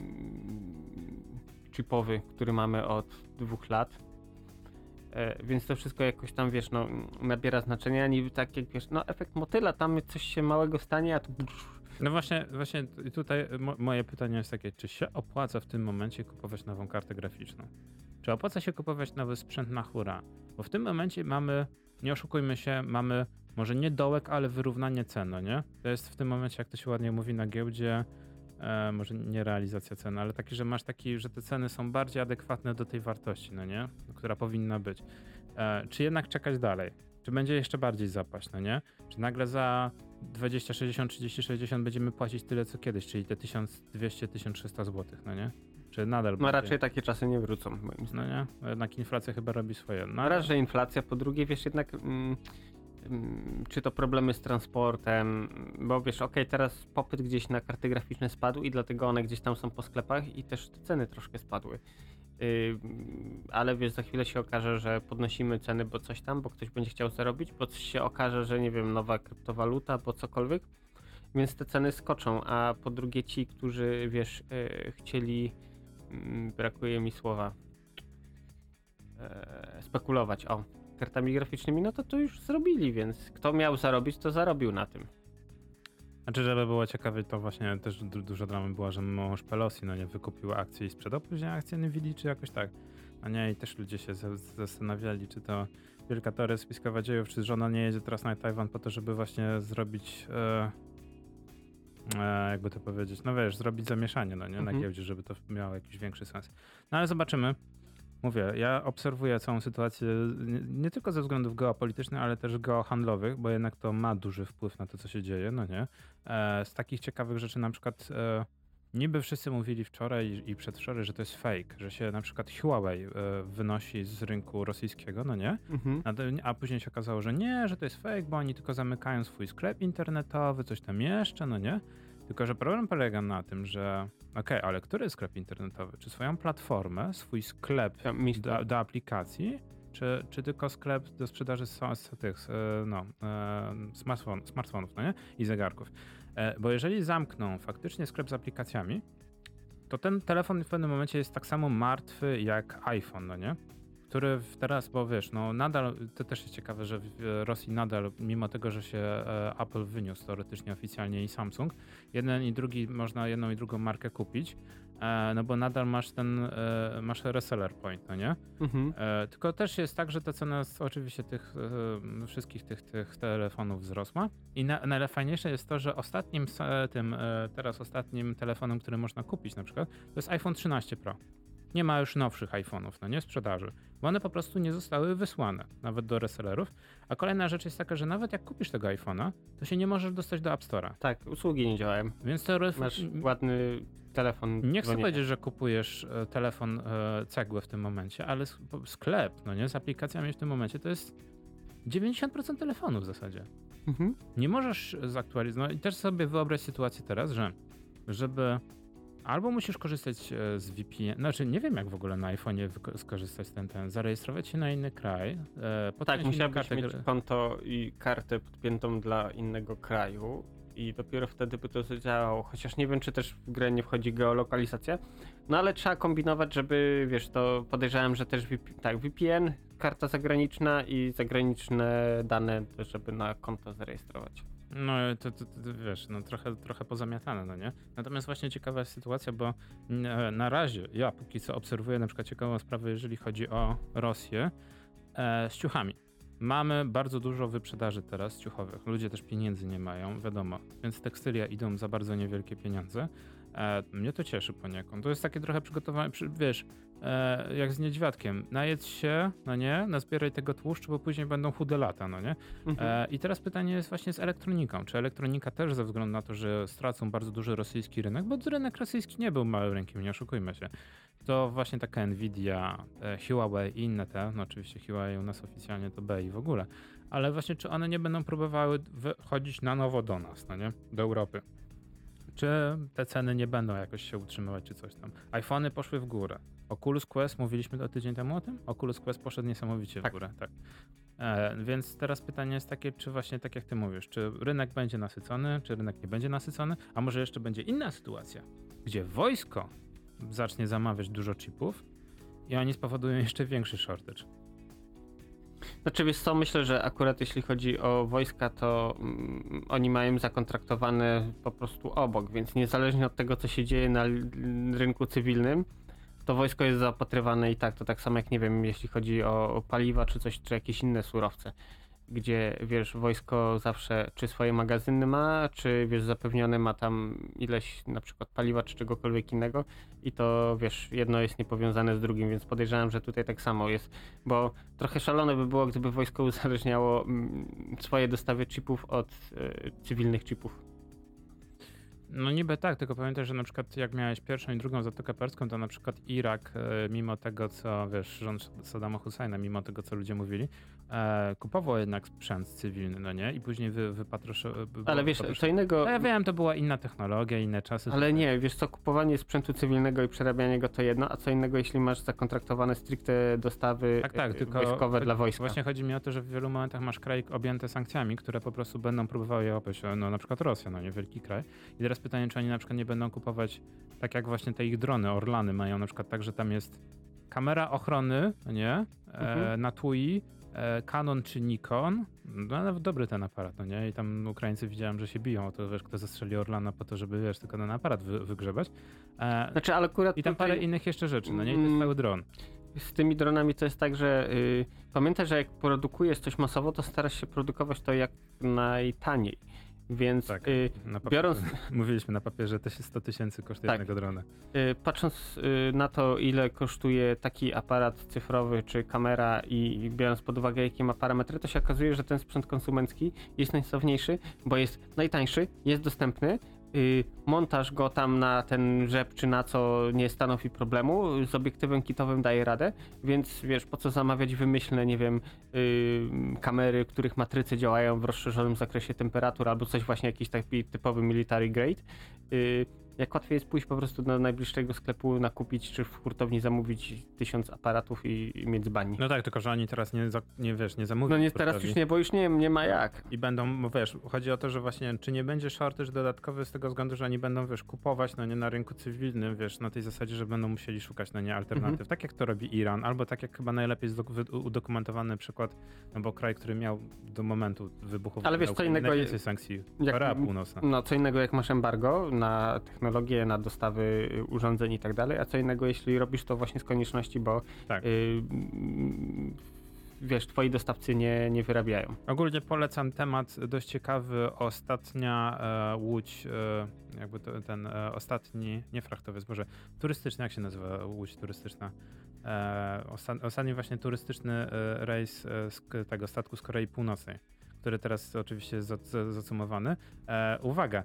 chipowy, który mamy od dwóch lat. Yy, więc to wszystko jakoś tam, wiesz, no, nabiera znaczenia. Niby tak jak, wiesz, no efekt motyla, tam coś się małego stanie, a tu... No właśnie, właśnie tutaj mo- moje pytanie jest takie, czy się opłaca w tym momencie kupować nową kartę graficzną? Czy opłaca się kupować nowy sprzęt na hura? Bo w tym momencie mamy, nie oszukujmy się, mamy może nie dołek, ale wyrównanie cen, no nie? To jest w tym momencie, jak to się ładnie mówi na giełdzie, e, może nie realizacja ceny, ale taki, że masz taki, że te ceny są bardziej adekwatne do tej wartości, no nie? Która powinna być. E, czy jednak czekać dalej? Czy będzie jeszcze bardziej zapaść, no nie? Czy nagle za dwadzieścia sześćdziesiąt, trzydzieści sześćdziesiąt będziemy płacić tyle co kiedyś, czyli te tysiąc dwieście do tysiąca trzysta złotych, no nie? Czy nadal No będzie? raczej takie czasy nie wrócą, moim zdaniem. No nie? Jednak inflacja chyba robi swoje. No, raz, że inflacja, po drugie, wiesz, jednak mm, mm, czy to problemy z transportem, bo wiesz, okej, okay, teraz popyt gdzieś na karty graficzne spadł i dlatego one gdzieś tam są po sklepach i też te ceny troszkę spadły. Yy, ale wiesz, za chwilę się okaże, że podnosimy ceny, bo coś tam, bo ktoś będzie chciał zarobić, bo coś się okaże, że nie wiem, nowa kryptowaluta, bo cokolwiek, więc te ceny skoczą, a po drugie ci, którzy wiesz, yy, chcieli, yy, brakuje mi słowa, yy, spekulować, o, kartami graficznymi, no to to już zrobili, więc kto miał zarobić, to zarobił na tym. Znaczy, żeby było ciekawe, to właśnie też du- dużo dramy była, że mąż Pelosi, no nie, wykupił akcje i sprzedał później akcje Nvidia, czy jakoś tak. A nie, i też ludzie się z- zastanawiali, czy to wielka teoria spiskowa dziejów, czy żona nie jedzie teraz na Tajwan po to, żeby właśnie zrobić, e, e, jakby to powiedzieć, no wiesz, zrobić zamieszanie, no nie, Mhm. na giełdzie, żeby to miało jakiś większy sens. No ale zobaczymy. Mówię, ja obserwuję całą sytuację nie, nie tylko ze względów geopolitycznych, ale też geohandlowych, bo jednak to ma duży wpływ na to, co się dzieje, no nie? E, z takich ciekawych rzeczy na przykład e, niby wszyscy mówili wczoraj i, i przedwczoraj, że to jest fake, że się na przykład Huawei e, wynosi z rynku rosyjskiego, no nie? Mhm. A, a później się okazało, że nie, że to jest fake, bo oni tylko zamykają swój sklep internetowy, coś tam jeszcze, no nie? Tylko że problem polega na tym, że okej, okay, ale który sklep internetowy? Czy swoją platformę, swój sklep do, do aplikacji, czy, czy tylko sklep do sprzedaży z, z tych no, smartfon, smartfonów, no nie? I zegarków? Bo jeżeli zamkną faktycznie sklep z aplikacjami, to ten telefon w pewnym momencie jest tak samo martwy jak iPhone, no nie? który w- teraz, bo wiesz, no nadal, to też jest ciekawe, że w Rosji nadal, mimo tego, że się e, Apple wyniósł teoretycznie oficjalnie i Samsung, jeden i drugi, można jedną i drugą markę kupić, e, no bo nadal masz ten, e, masz reseller point, no nie? Mhm. E, tylko też jest tak, że ta cena z, oczywiście tych e, wszystkich tych, tych telefonów wzrosła i na, najfajniejsze jest to, że ostatnim s- e, tym, e, teraz ostatnim telefonem, który można kupić na przykład, to jest iPhone trzynaście Pro. Nie ma już nowszych iPhone'ów, no nie, w sprzedaży, bo one po prostu nie zostały wysłane, nawet do resellerów. A kolejna rzecz jest taka, że nawet jak kupisz tego iPhone'a, to się nie możesz dostać do App Store'a. Tak, usługi nie działają. Więc to Masz ładny telefon. nie chcę dzwonienia. powiedzieć, że kupujesz e, telefon e, cegłę w tym momencie, ale s- po- sklep, no nie, z aplikacjami w tym momencie to jest dziewięćdziesiąt procent telefonu w zasadzie. Mhm. Nie możesz zaktualizować. No i też sobie wyobraź sytuację teraz, że żeby albo musisz korzystać e, z V P N, znaczy nie wiem jak w ogóle na iPhone'ie wyko- skorzystać z ten, ten, zarejestrować się na inny kraj, e, Tak, podpiąć inną musiałbyś kartę mieć gr- konto i kartę podpiętą dla innego kraju i dopiero wtedy by to zadziałało. Chociaż nie wiem, czy też w grę nie wchodzi geolokalizacja. No ale trzeba kombinować, żeby, wiesz, to podejrzewam, że też V P, tak, V P N, karta zagraniczna i zagraniczne dane, żeby na konto zarejestrować. No to, to, to wiesz, no trochę, trochę pozamiatane, no nie? Natomiast właśnie ciekawa jest sytuacja, bo e, na razie ja póki co obserwuję na przykład ciekawą sprawę, jeżeli chodzi o Rosję e, z ciuchami. Mamy bardzo dużo wyprzedaży teraz ciuchowych. Ludzie też pieniędzy nie mają, wiadomo. Więc tekstylia idą za bardzo niewielkie pieniądze. E, mnie to cieszy poniekąd. To jest takie trochę przygotowanie, przy, wiesz, e, jak z niedźwiadkiem. Najedz się, no nie? Nazbieraj tego tłuszczu, bo później będą chude lata, no nie? Mhm. E, I teraz pytanie jest właśnie z elektroniką. Czy elektronika też ze względu na to, że stracą bardzo duży rosyjski rynek, bo rynek rosyjski nie był małym rynkiem, nie oszukujmy się. To właśnie taka Nvidia, e, Huawei i inne te, no oczywiście Huawei u nas oficjalnie to B i w ogóle, ale właśnie czy one nie będą próbowały wchodzić na nowo do nas, no nie? Do Europy. Czy te ceny nie będą jakoś się utrzymywać, czy coś tam. iPhony poszły w górę. Oculus Quest, mówiliśmy to tydzień temu o tym? Oculus Quest poszedł niesamowicie Tak. w górę, tak. E, więc teraz pytanie jest takie, czy właśnie tak jak ty mówisz, czy rynek będzie nasycony, czy rynek nie będzie nasycony, a może jeszcze będzie inna sytuacja, gdzie wojsko zacznie zamawiać dużo chipów i oni spowodują jeszcze większy shortage. Znaczy wiesz co, myślę, że akurat jeśli chodzi o wojska, to mm, oni mają zakontraktowane po prostu obok, więc niezależnie od tego, co się dzieje na l- rynku cywilnym, to wojsko jest zaopatrywane i tak, to tak samo jak nie wiem, jeśli chodzi o, o paliwa czy coś, czy jakieś inne surowce, gdzie wiesz, wojsko zawsze czy swoje magazyny ma, czy wiesz, zapewnione ma tam ileś na przykład paliwa czy czegokolwiek innego i to wiesz, jedno jest niepowiązane z drugim, więc podejrzewam, że tutaj tak samo jest, bo trochę szalone by było, gdyby wojsko uzależniało mm, swoje dostawy chipów od e, cywilnych chipów. No niby tak, tylko pamiętaj, że na przykład jak miałeś pierwszą i drugą Zatokę Perską, to na przykład Irak, e, mimo tego co, wiesz, rząd Saddama Husajna, mimo tego co ludzie mówili, e, kupował jednak sprzęt cywilny, no nie? I później wy, wypatroszył... Ale wiesz, co innego... No ja wiem, to była inna technologia, inne czasy. Ale nie, wiesz co, kupowanie sprzętu cywilnego i przerabianie go to jedno, a co innego jeśli masz zakontraktowane stricte dostawy Tak, tak, e, tylko wojskowe cho- dla wojska. Właśnie chodzi mi o to, że w wielu momentach masz kraje objęte sankcjami, które po prostu będą próbowały je opieść, no na przykład Rosja, no nie, wielki kraj. I teraz pytanie, czy oni na przykład nie będą kupować, tak jak właśnie te ich drony, Orlany mają na przykład tak, że tam jest kamera ochrony, no nie, e, Mhm. na tui, e, Canon czy Nikon, no nawet dobry ten aparat, no nie, i tam Ukraińcy widziałem, że się biją o to, wiesz, kto zastrzeli Orlana po to, żeby, wiesz, tylko ten aparat wy, wygrzebać. E, Znaczy, ale akurat I tam tutaj... parę innych jeszcze rzeczy, no nie, i to jest Mm. cały dron. Z tymi dronami to jest tak, że y, pamiętaj, że jak produkujesz coś masowo, to starasz się produkować to jak najtaniej. Więc Tak. y, Na papierze, biorąc, mówiliśmy na papierze, to się sto tysięcy kosztuje Tak. jednego drona. y, patrząc y, na to, ile kosztuje taki aparat cyfrowy czy kamera i, i biorąc pod uwagę, jakie ma parametry, to się okazuje, że ten sprzęt konsumencki jest najsławniejszy, bo jest najtańszy, jest dostępny. Y, montaż go tam na ten rzep czy na co nie stanowi problemu, z obiektywem kitowym daje radę, więc wiesz, po co zamawiać wymyślne, nie wiem, y, kamery, których matryce działają w rozszerzonym zakresie temperatur albo coś właśnie jakiś taki typowy military grade. Y, Jak łatwiej jest pójść po prostu do najbliższego sklepu, nakupić, czy w hurtowni zamówić tysiąc aparatów i, i mieć z bani. No tak, tylko że oni teraz nie, za, nie wiesz, nie zamówią. No nie, teraz już nie, bo już nie, nie ma jak. I będą, wiesz, chodzi o to, że właśnie, czy nie będzie shortage dodatkowy z tego względu, że oni będą, wiesz, kupować, no nie, na rynku cywilnym, wiesz, na tej zasadzie, że będą musieli szukać, no nie, alternatyw. Mhm. Tak jak to robi Iran, albo tak jak chyba najlepiej jest udokumentowany przykład, no bo kraj, który miał do momentu wybuchu ale wiesz, co innego najwięcej sankcji, Korea Północna. No, co innego jak masz embargo na technologię, na dostawy urządzeń i tak dalej, a co innego jeśli robisz to właśnie z konieczności, bo tak. y, wiesz, twoi dostawcy nie, nie wyrabiają. Ogólnie polecam temat dość ciekawy. Ostatnia e, łódź, e, jakby to, ten e, ostatni, nie frachtowiec, może turystyczny, jak się nazywa łódź turystyczna? E, osta, ostatni właśnie turystyczny e, rejs e, z tego statku z Korei Północnej, który teraz oczywiście jest zacumowany. E, uwaga!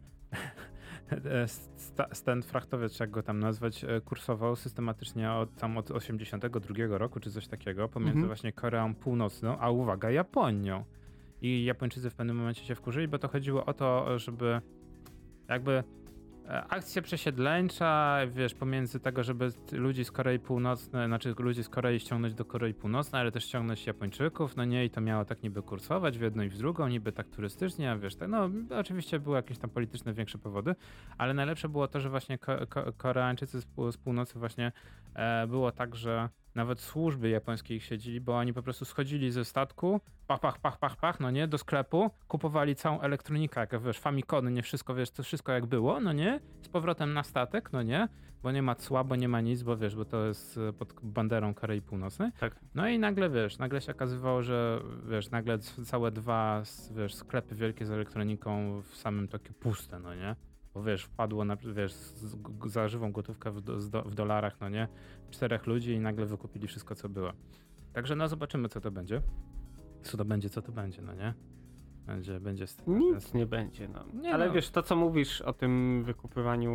Ten frachtowiec, jak go tam nazwać, kursował systematycznie od, tam od osiemdziesiątego drugiego roku, czy coś takiego, pomiędzy mhm. właśnie Koreą Północną, a uwaga, Japonią. I Japończycy w pewnym momencie się wkurzyli, bo to chodziło o to, żeby jakby akcja przesiedleńcza, wiesz, pomiędzy tego, żeby ludzi z Korei Północnej, znaczy ludzi z Korei ściągnąć do Korei Północnej, ale też ściągnąć Japończyków, no nie, i to miało tak niby kursować w jedną i w drugą, niby tak turystycznie, a wiesz, tak, no oczywiście były jakieś tam polityczne większe powody, ale najlepsze było to, że właśnie ko- ko- Koreańczycy z, pół- z północy właśnie e, było tak, że nawet służby japońskie ich siedzili, bo oni po prostu schodzili ze statku, pach, pach, pach, pach, pach, no nie, do sklepu, kupowali całą elektronikę, jak wiesz, Famicony, nie wszystko, wiesz, to wszystko jak było, no nie, z powrotem na statek, no nie, bo nie ma cła, bo nie ma nic, bo wiesz, bo to jest pod banderą Korei Północnej. Tak. No i nagle, wiesz, nagle się okazywało, że wiesz, nagle całe dwa, wiesz, sklepy wielkie z elektroniką w samym Tokio puste, no nie. Bo wiesz, wpadło na, wiesz, z, g- za żywą gotówkę w, do, z do, w dolarach, no nie, czterech ludzi i nagle wykupili wszystko, co było. Także no zobaczymy, co to będzie. Co to będzie, co to będzie, no nie? Będzie, będzie... St- Nic nie będzie, no. Nie ale no. wiesz, to co mówisz o tym wykupywaniu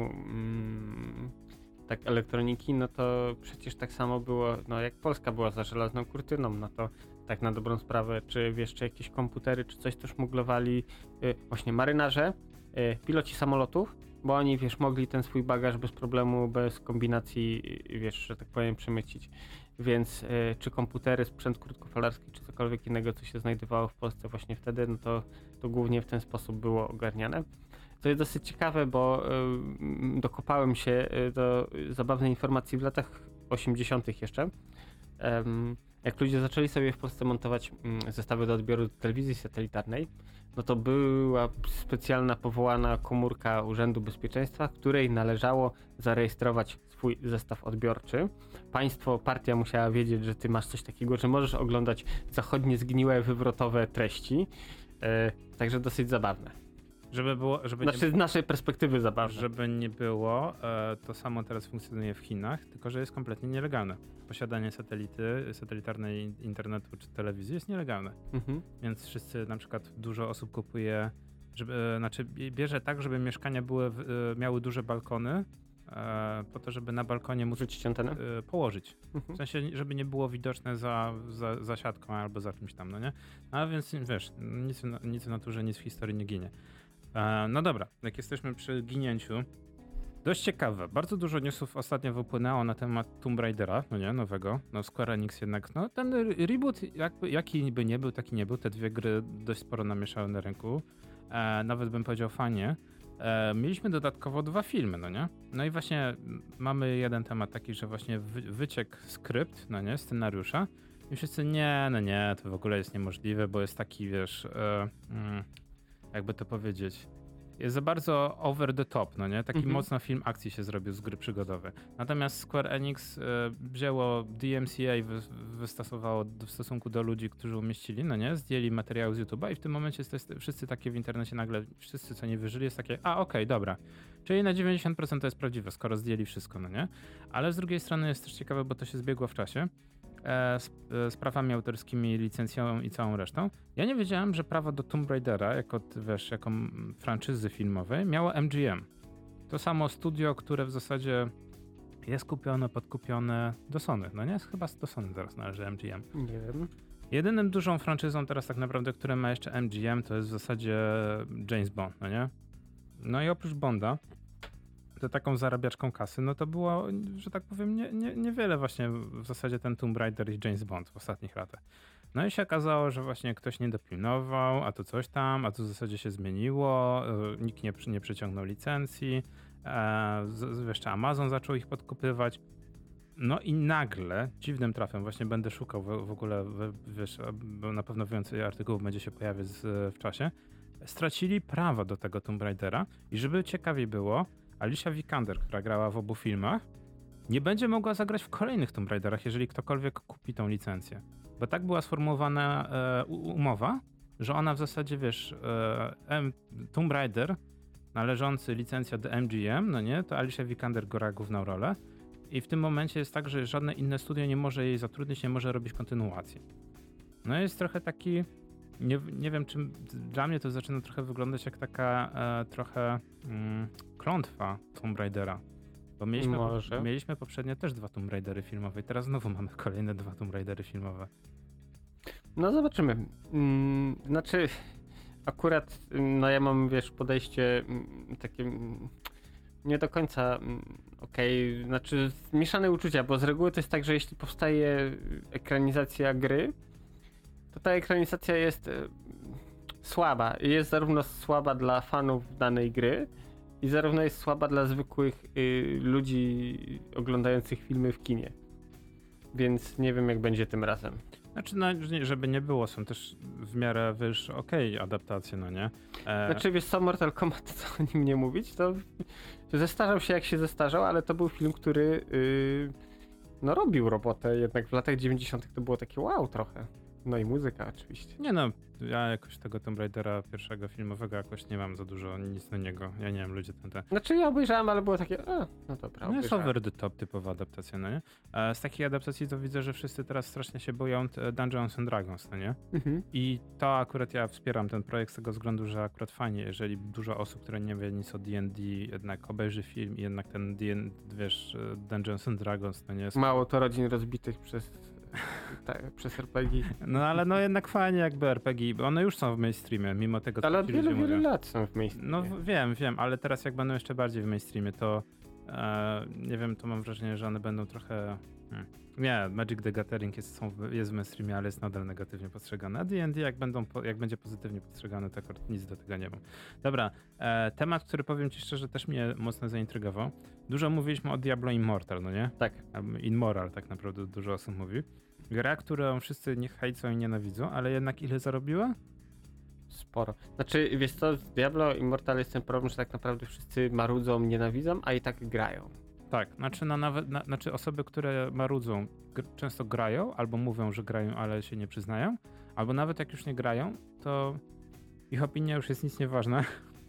mm, tak elektroniki, no to przecież tak samo było, no jak Polska była za żelazną kurtyną, no to tak na dobrą sprawę, czy wiesz, czy jakieś komputery, czy coś to szmuglowali y, właśnie marynarze, y, piloci samolotów, bo oni, wiesz, mogli ten swój bagaż bez problemu, bez kombinacji, y, wiesz, że tak powiem, przemycić. Więc y, czy komputery, sprzęt krótkofalarski, czy cokolwiek innego, co się znajdowało w Polsce właśnie wtedy, no to, to głównie w ten sposób było ogarniane. To jest dosyć ciekawe, bo y, dokopałem się do zabawnej informacji w latach osiemdziesiątych jeszcze. Um, jak ludzie zaczęli sobie w Polsce montować um, zestawy do odbioru telewizji satelitarnej, no to była specjalna powołana komórka Urzędu Bezpieczeństwa, której należało zarejestrować swój zestaw odbiorczy. Państwo, partia musiała wiedzieć, że ty masz coś takiego, że możesz oglądać zachodnie zgniłe, wywrotowe treści. E, także dosyć zabawne. Żeby było, żeby znaczy nie, z naszej perspektywy zabawne. Żeby nie było, e, to samo teraz funkcjonuje w Chinach, tylko że jest kompletnie nielegalne. Posiadanie satelity, satelitarnej internetu czy telewizji jest nielegalne. Mhm. Więc wszyscy, na przykład dużo osób kupuje, żeby, znaczy bierze tak, żeby mieszkania były, miały duże balkony, e, po to, żeby na balkonie móc rzucić antenę? E, położyć. Mhm. W sensie, żeby nie było widoczne za, za, za siatką albo za czymś tam, no nie? A więc wiesz, nic, nic w naturze, nic w historii nie ginie. No dobra, jak jesteśmy przy ginięciu, dość ciekawe, bardzo dużo newsów ostatnio wypłynęło na temat Tomb Raidera, no nie, nowego, no Square Enix jednak, no ten reboot, jakby, jaki by nie był, taki nie był, te dwie gry dość sporo namieszały na rynku, e, nawet bym powiedział fajnie. E, mieliśmy dodatkowo dwa filmy, no nie, no i właśnie mamy jeden temat taki, że właśnie wy, wyciekł skrypt, no nie, scenariusza i wszyscy nie, no nie, to w ogóle jest niemożliwe, bo jest taki, wiesz, e, mm, jakby to powiedzieć, jest za bardzo over the top, no nie? Taki mm-hmm. mocno film akcji się zrobił z gry przygodowej. Natomiast Square Enix y, wzięło D M C A, wy, wystosowało do, w stosunku do ludzi, którzy umieścili, no nie? Zdjęli materiały z YouTube'a i w tym momencie jest, jest, wszyscy takie w internecie nagle, wszyscy co nie wyżyli, jest takie, a okej, okay, dobra. Czyli na dziewięćdziesiąt procent to jest prawdziwe, skoro zdjęli wszystko, no nie? Ale z drugiej strony jest też ciekawe, bo to się zbiegło w czasie. Z, z prawami autorskimi, licencją i całą resztą. Ja nie wiedziałem, że prawo do Tomb Raidera, jako, wiesz, jako franczyzy filmowej, miało M G M. To samo studio, które w zasadzie jest kupione, podkupione do Sony. No nie? Chyba do Sony teraz należy M G M. Nie wiem. Jedynym dużą franczyzą teraz tak naprawdę, które ma jeszcze M G M, to jest w zasadzie James Bond, no nie? No i oprócz Bonda to taką zarabiaczką kasy, no to było, że tak powiem, nie, nie, niewiele właśnie w zasadzie ten Tomb Raider i James Bond w ostatnich latach. No i się okazało, że właśnie ktoś nie dopilnował, a to coś tam, a to w zasadzie się zmieniło, nikt nie, nie przeciągnął licencji, e, z, jeszcze Amazon zaczął ich podkupywać. No i nagle, dziwnym trafem, właśnie będę szukał w, w ogóle, w, wiesz, bo na pewno więcej artykułów będzie się pojawiać z, w czasie, stracili prawa do tego Tomb Raidera i żeby ciekawiej było, Alicia Vikander, która grała w obu filmach, nie będzie mogła zagrać w kolejnych Tomb Raiderach, jeżeli ktokolwiek kupi tą licencję. Bo tak była sformułowana e, umowa, że ona w zasadzie, wiesz, e, M, Tomb Raider należący licencja do M G M, no nie, to Alicia Vikander gra główną rolę i w tym momencie jest tak, że żadne inne studio nie może jej zatrudnić, nie może robić kontynuacji. No jest trochę taki, nie, nie wiem, czy dla mnie to zaczyna trochę wyglądać jak taka e, trochę mm, klątwa Tomb Raidera. Bo mieliśmy, Może. mieliśmy poprzednio też dwa Tomb Raidery filmowe i teraz znowu mamy kolejne dwa Tomb Raidery filmowe. No zobaczymy. Mm, znaczy, akurat, no ja mam, wiesz, podejście mm, takie mm, nie do końca mm, okej, okay. Znaczy mieszane uczucia, bo z reguły to jest tak, że jeśli powstaje ekranizacja gry, to ta ekranizacja jest y, słaba. Jest zarówno słaba dla fanów danej gry, i zarówno jest słaba dla zwykłych y, ludzi oglądających filmy w kinie. Więc nie wiem, jak będzie tym razem. Znaczy, no, żeby nie było, są też w miarę, wiesz, okej okay, adaptacje, no nie? E... Znaczy, wiesz co, Mortal Kombat, co o nim nie mówić, to zestarzał się jak się zestarzał, ale to był film, który y, no robił robotę, jednak w latach dziewięćdziesiątych to było takie wow trochę. No i muzyka oczywiście. Nie no, ja jakoś tego Tomb Raidera pierwszego filmowego jakoś nie mam za dużo nic do niego. Ja nie wiem, ludzie ten te... Znaczy ja obejrzałem, ale było takie, a, no dobra, No jest obejrzałem. over the top typowa adaptacja, no nie? A z takich adaptacji to widzę, że wszyscy teraz strasznie się boją Dungeons and Dragons, no nie? Mhm. I to akurat ja wspieram ten projekt z tego względu, że akurat fajnie, jeżeli dużo osób, które nie wie nic o D and D, jednak obejrzy film i jednak ten D and D, wiesz, Dungeons and Dragons, no nie? Jest... Mało to rodzin rozbitych przez... tak, przez R P G. No ale no jednak fajnie jakby R P G, bo one już są w mainstreamie, mimo tego co Ale od ci wielu, ludzie wielu mówią. lat są w mainstreamie. No w- wiem, wiem, ale teraz jak będą jeszcze bardziej w mainstreamie, to e, nie wiem, to mam wrażenie, że one będą trochę... Hmm. Nie, Magic the Gathering jest, są, w- jest w mainstreamie, ale jest nadal negatywnie postrzegane. A D and D jak, będą, po- jak będzie pozytywnie postrzegane, to akurat nic do tego nie mam. Dobra, e, temat, który powiem ci szczerze, też mnie mocno zaintrygował. Dużo mówiliśmy o Diablo Immortal, no nie? Tak. Albo Immoral tak naprawdę dużo osób mówi. Gra, którą wszyscy nie hejcą i nienawidzą, ale jednak ile zarobiła? Sporo. Znaczy, wiesz co, z Diablo Immortal jest ten problem, że tak naprawdę wszyscy marudzą, nienawidzą, a i tak grają. Tak, znaczy, na nawet, na, znaczy osoby, które marudzą, gr- często grają, albo mówią, że grają, ale się nie przyznają, albo nawet jak już nie grają, to ich opinia już jest nic nieważna,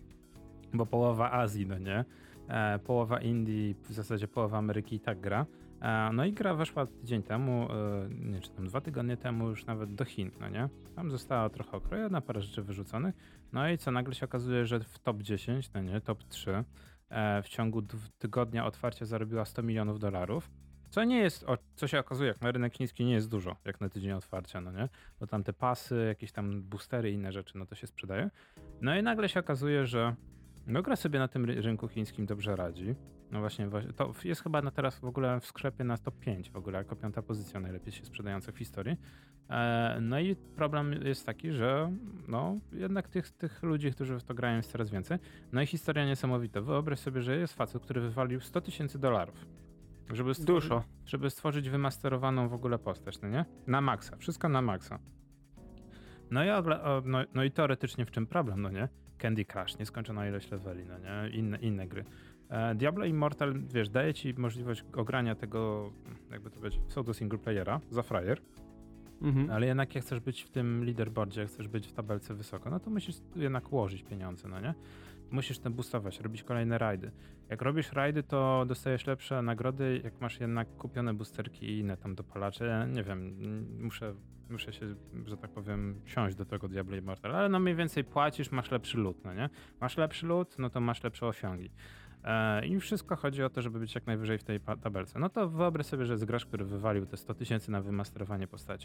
bo połowa Azji, no nie? E, połowa Indii, w zasadzie połowa Ameryki i tak gra. E, no i gra weszła tydzień temu, e, nie czy tam dwa tygodnie temu już nawet do Chin, no nie? Tam została trochę okrojona, parę rzeczy wyrzuconych. No i co, nagle się okazuje, że w top dziesięć, no nie, top trzy, e, w ciągu dw- tygodnia otwarcia zarobiła sto milionów dolarów. Co nie jest, o, co się okazuje, jak na rynek chiński nie jest dużo, jak na tydzień otwarcia, no nie? Bo tam te pasy, jakieś tam boostery i inne rzeczy, no to się sprzedają. No i nagle się okazuje, że no gra sobie na tym ry- rynku chińskim dobrze radzi. No właśnie, właśnie, to jest chyba na teraz w ogóle w sklepie na top pięć w ogóle, jako piąta pozycja najlepiej się sprzedająca w historii. E, no i problem jest taki, że no jednak tych, tych ludzi, którzy w to grają jest coraz więcej. No i historia niesamowita. Wyobraź sobie, że jest facet, który wywalił sto tysięcy dolarów. Żeby stworzyć, Dużo. żeby stworzyć wymasterowaną w ogóle postać, no nie? Na maksa, wszystko na maksa. No i, ogla- o, no, no i teoretycznie w czym problem, no nie? Candy Crush, nieskończona ilość leveli, no nie? Inne, inne gry. E, Diablo Immortal, wiesz, daje ci możliwość ogrania tego, jakby to powiedzieć, pseudo single playera za frajer, Mhm. ale jednak jak chcesz być w tym leaderboardzie, jak chcesz być w tabelce wysoko, no to musisz jednak ułożyć pieniądze, no nie? Musisz ten boostować, robić kolejne rajdy. Jak robisz rajdy, to dostajesz lepsze nagrody, jak masz jednak kupione boosterki i inne tam dopalacze. Ja nie wiem, muszę, muszę się, że tak powiem, siąść do tego Diablo Immortal, ale no mniej więcej płacisz, masz lepszy loot, no nie? Masz lepszy loot, no to masz lepsze osiągi. E, I wszystko chodzi o to, żeby być jak najwyżej w tej pa- tabelce. No to wyobraź sobie, że jest gracz, który wywalił te sto tysięcy na wymasterowanie postaci.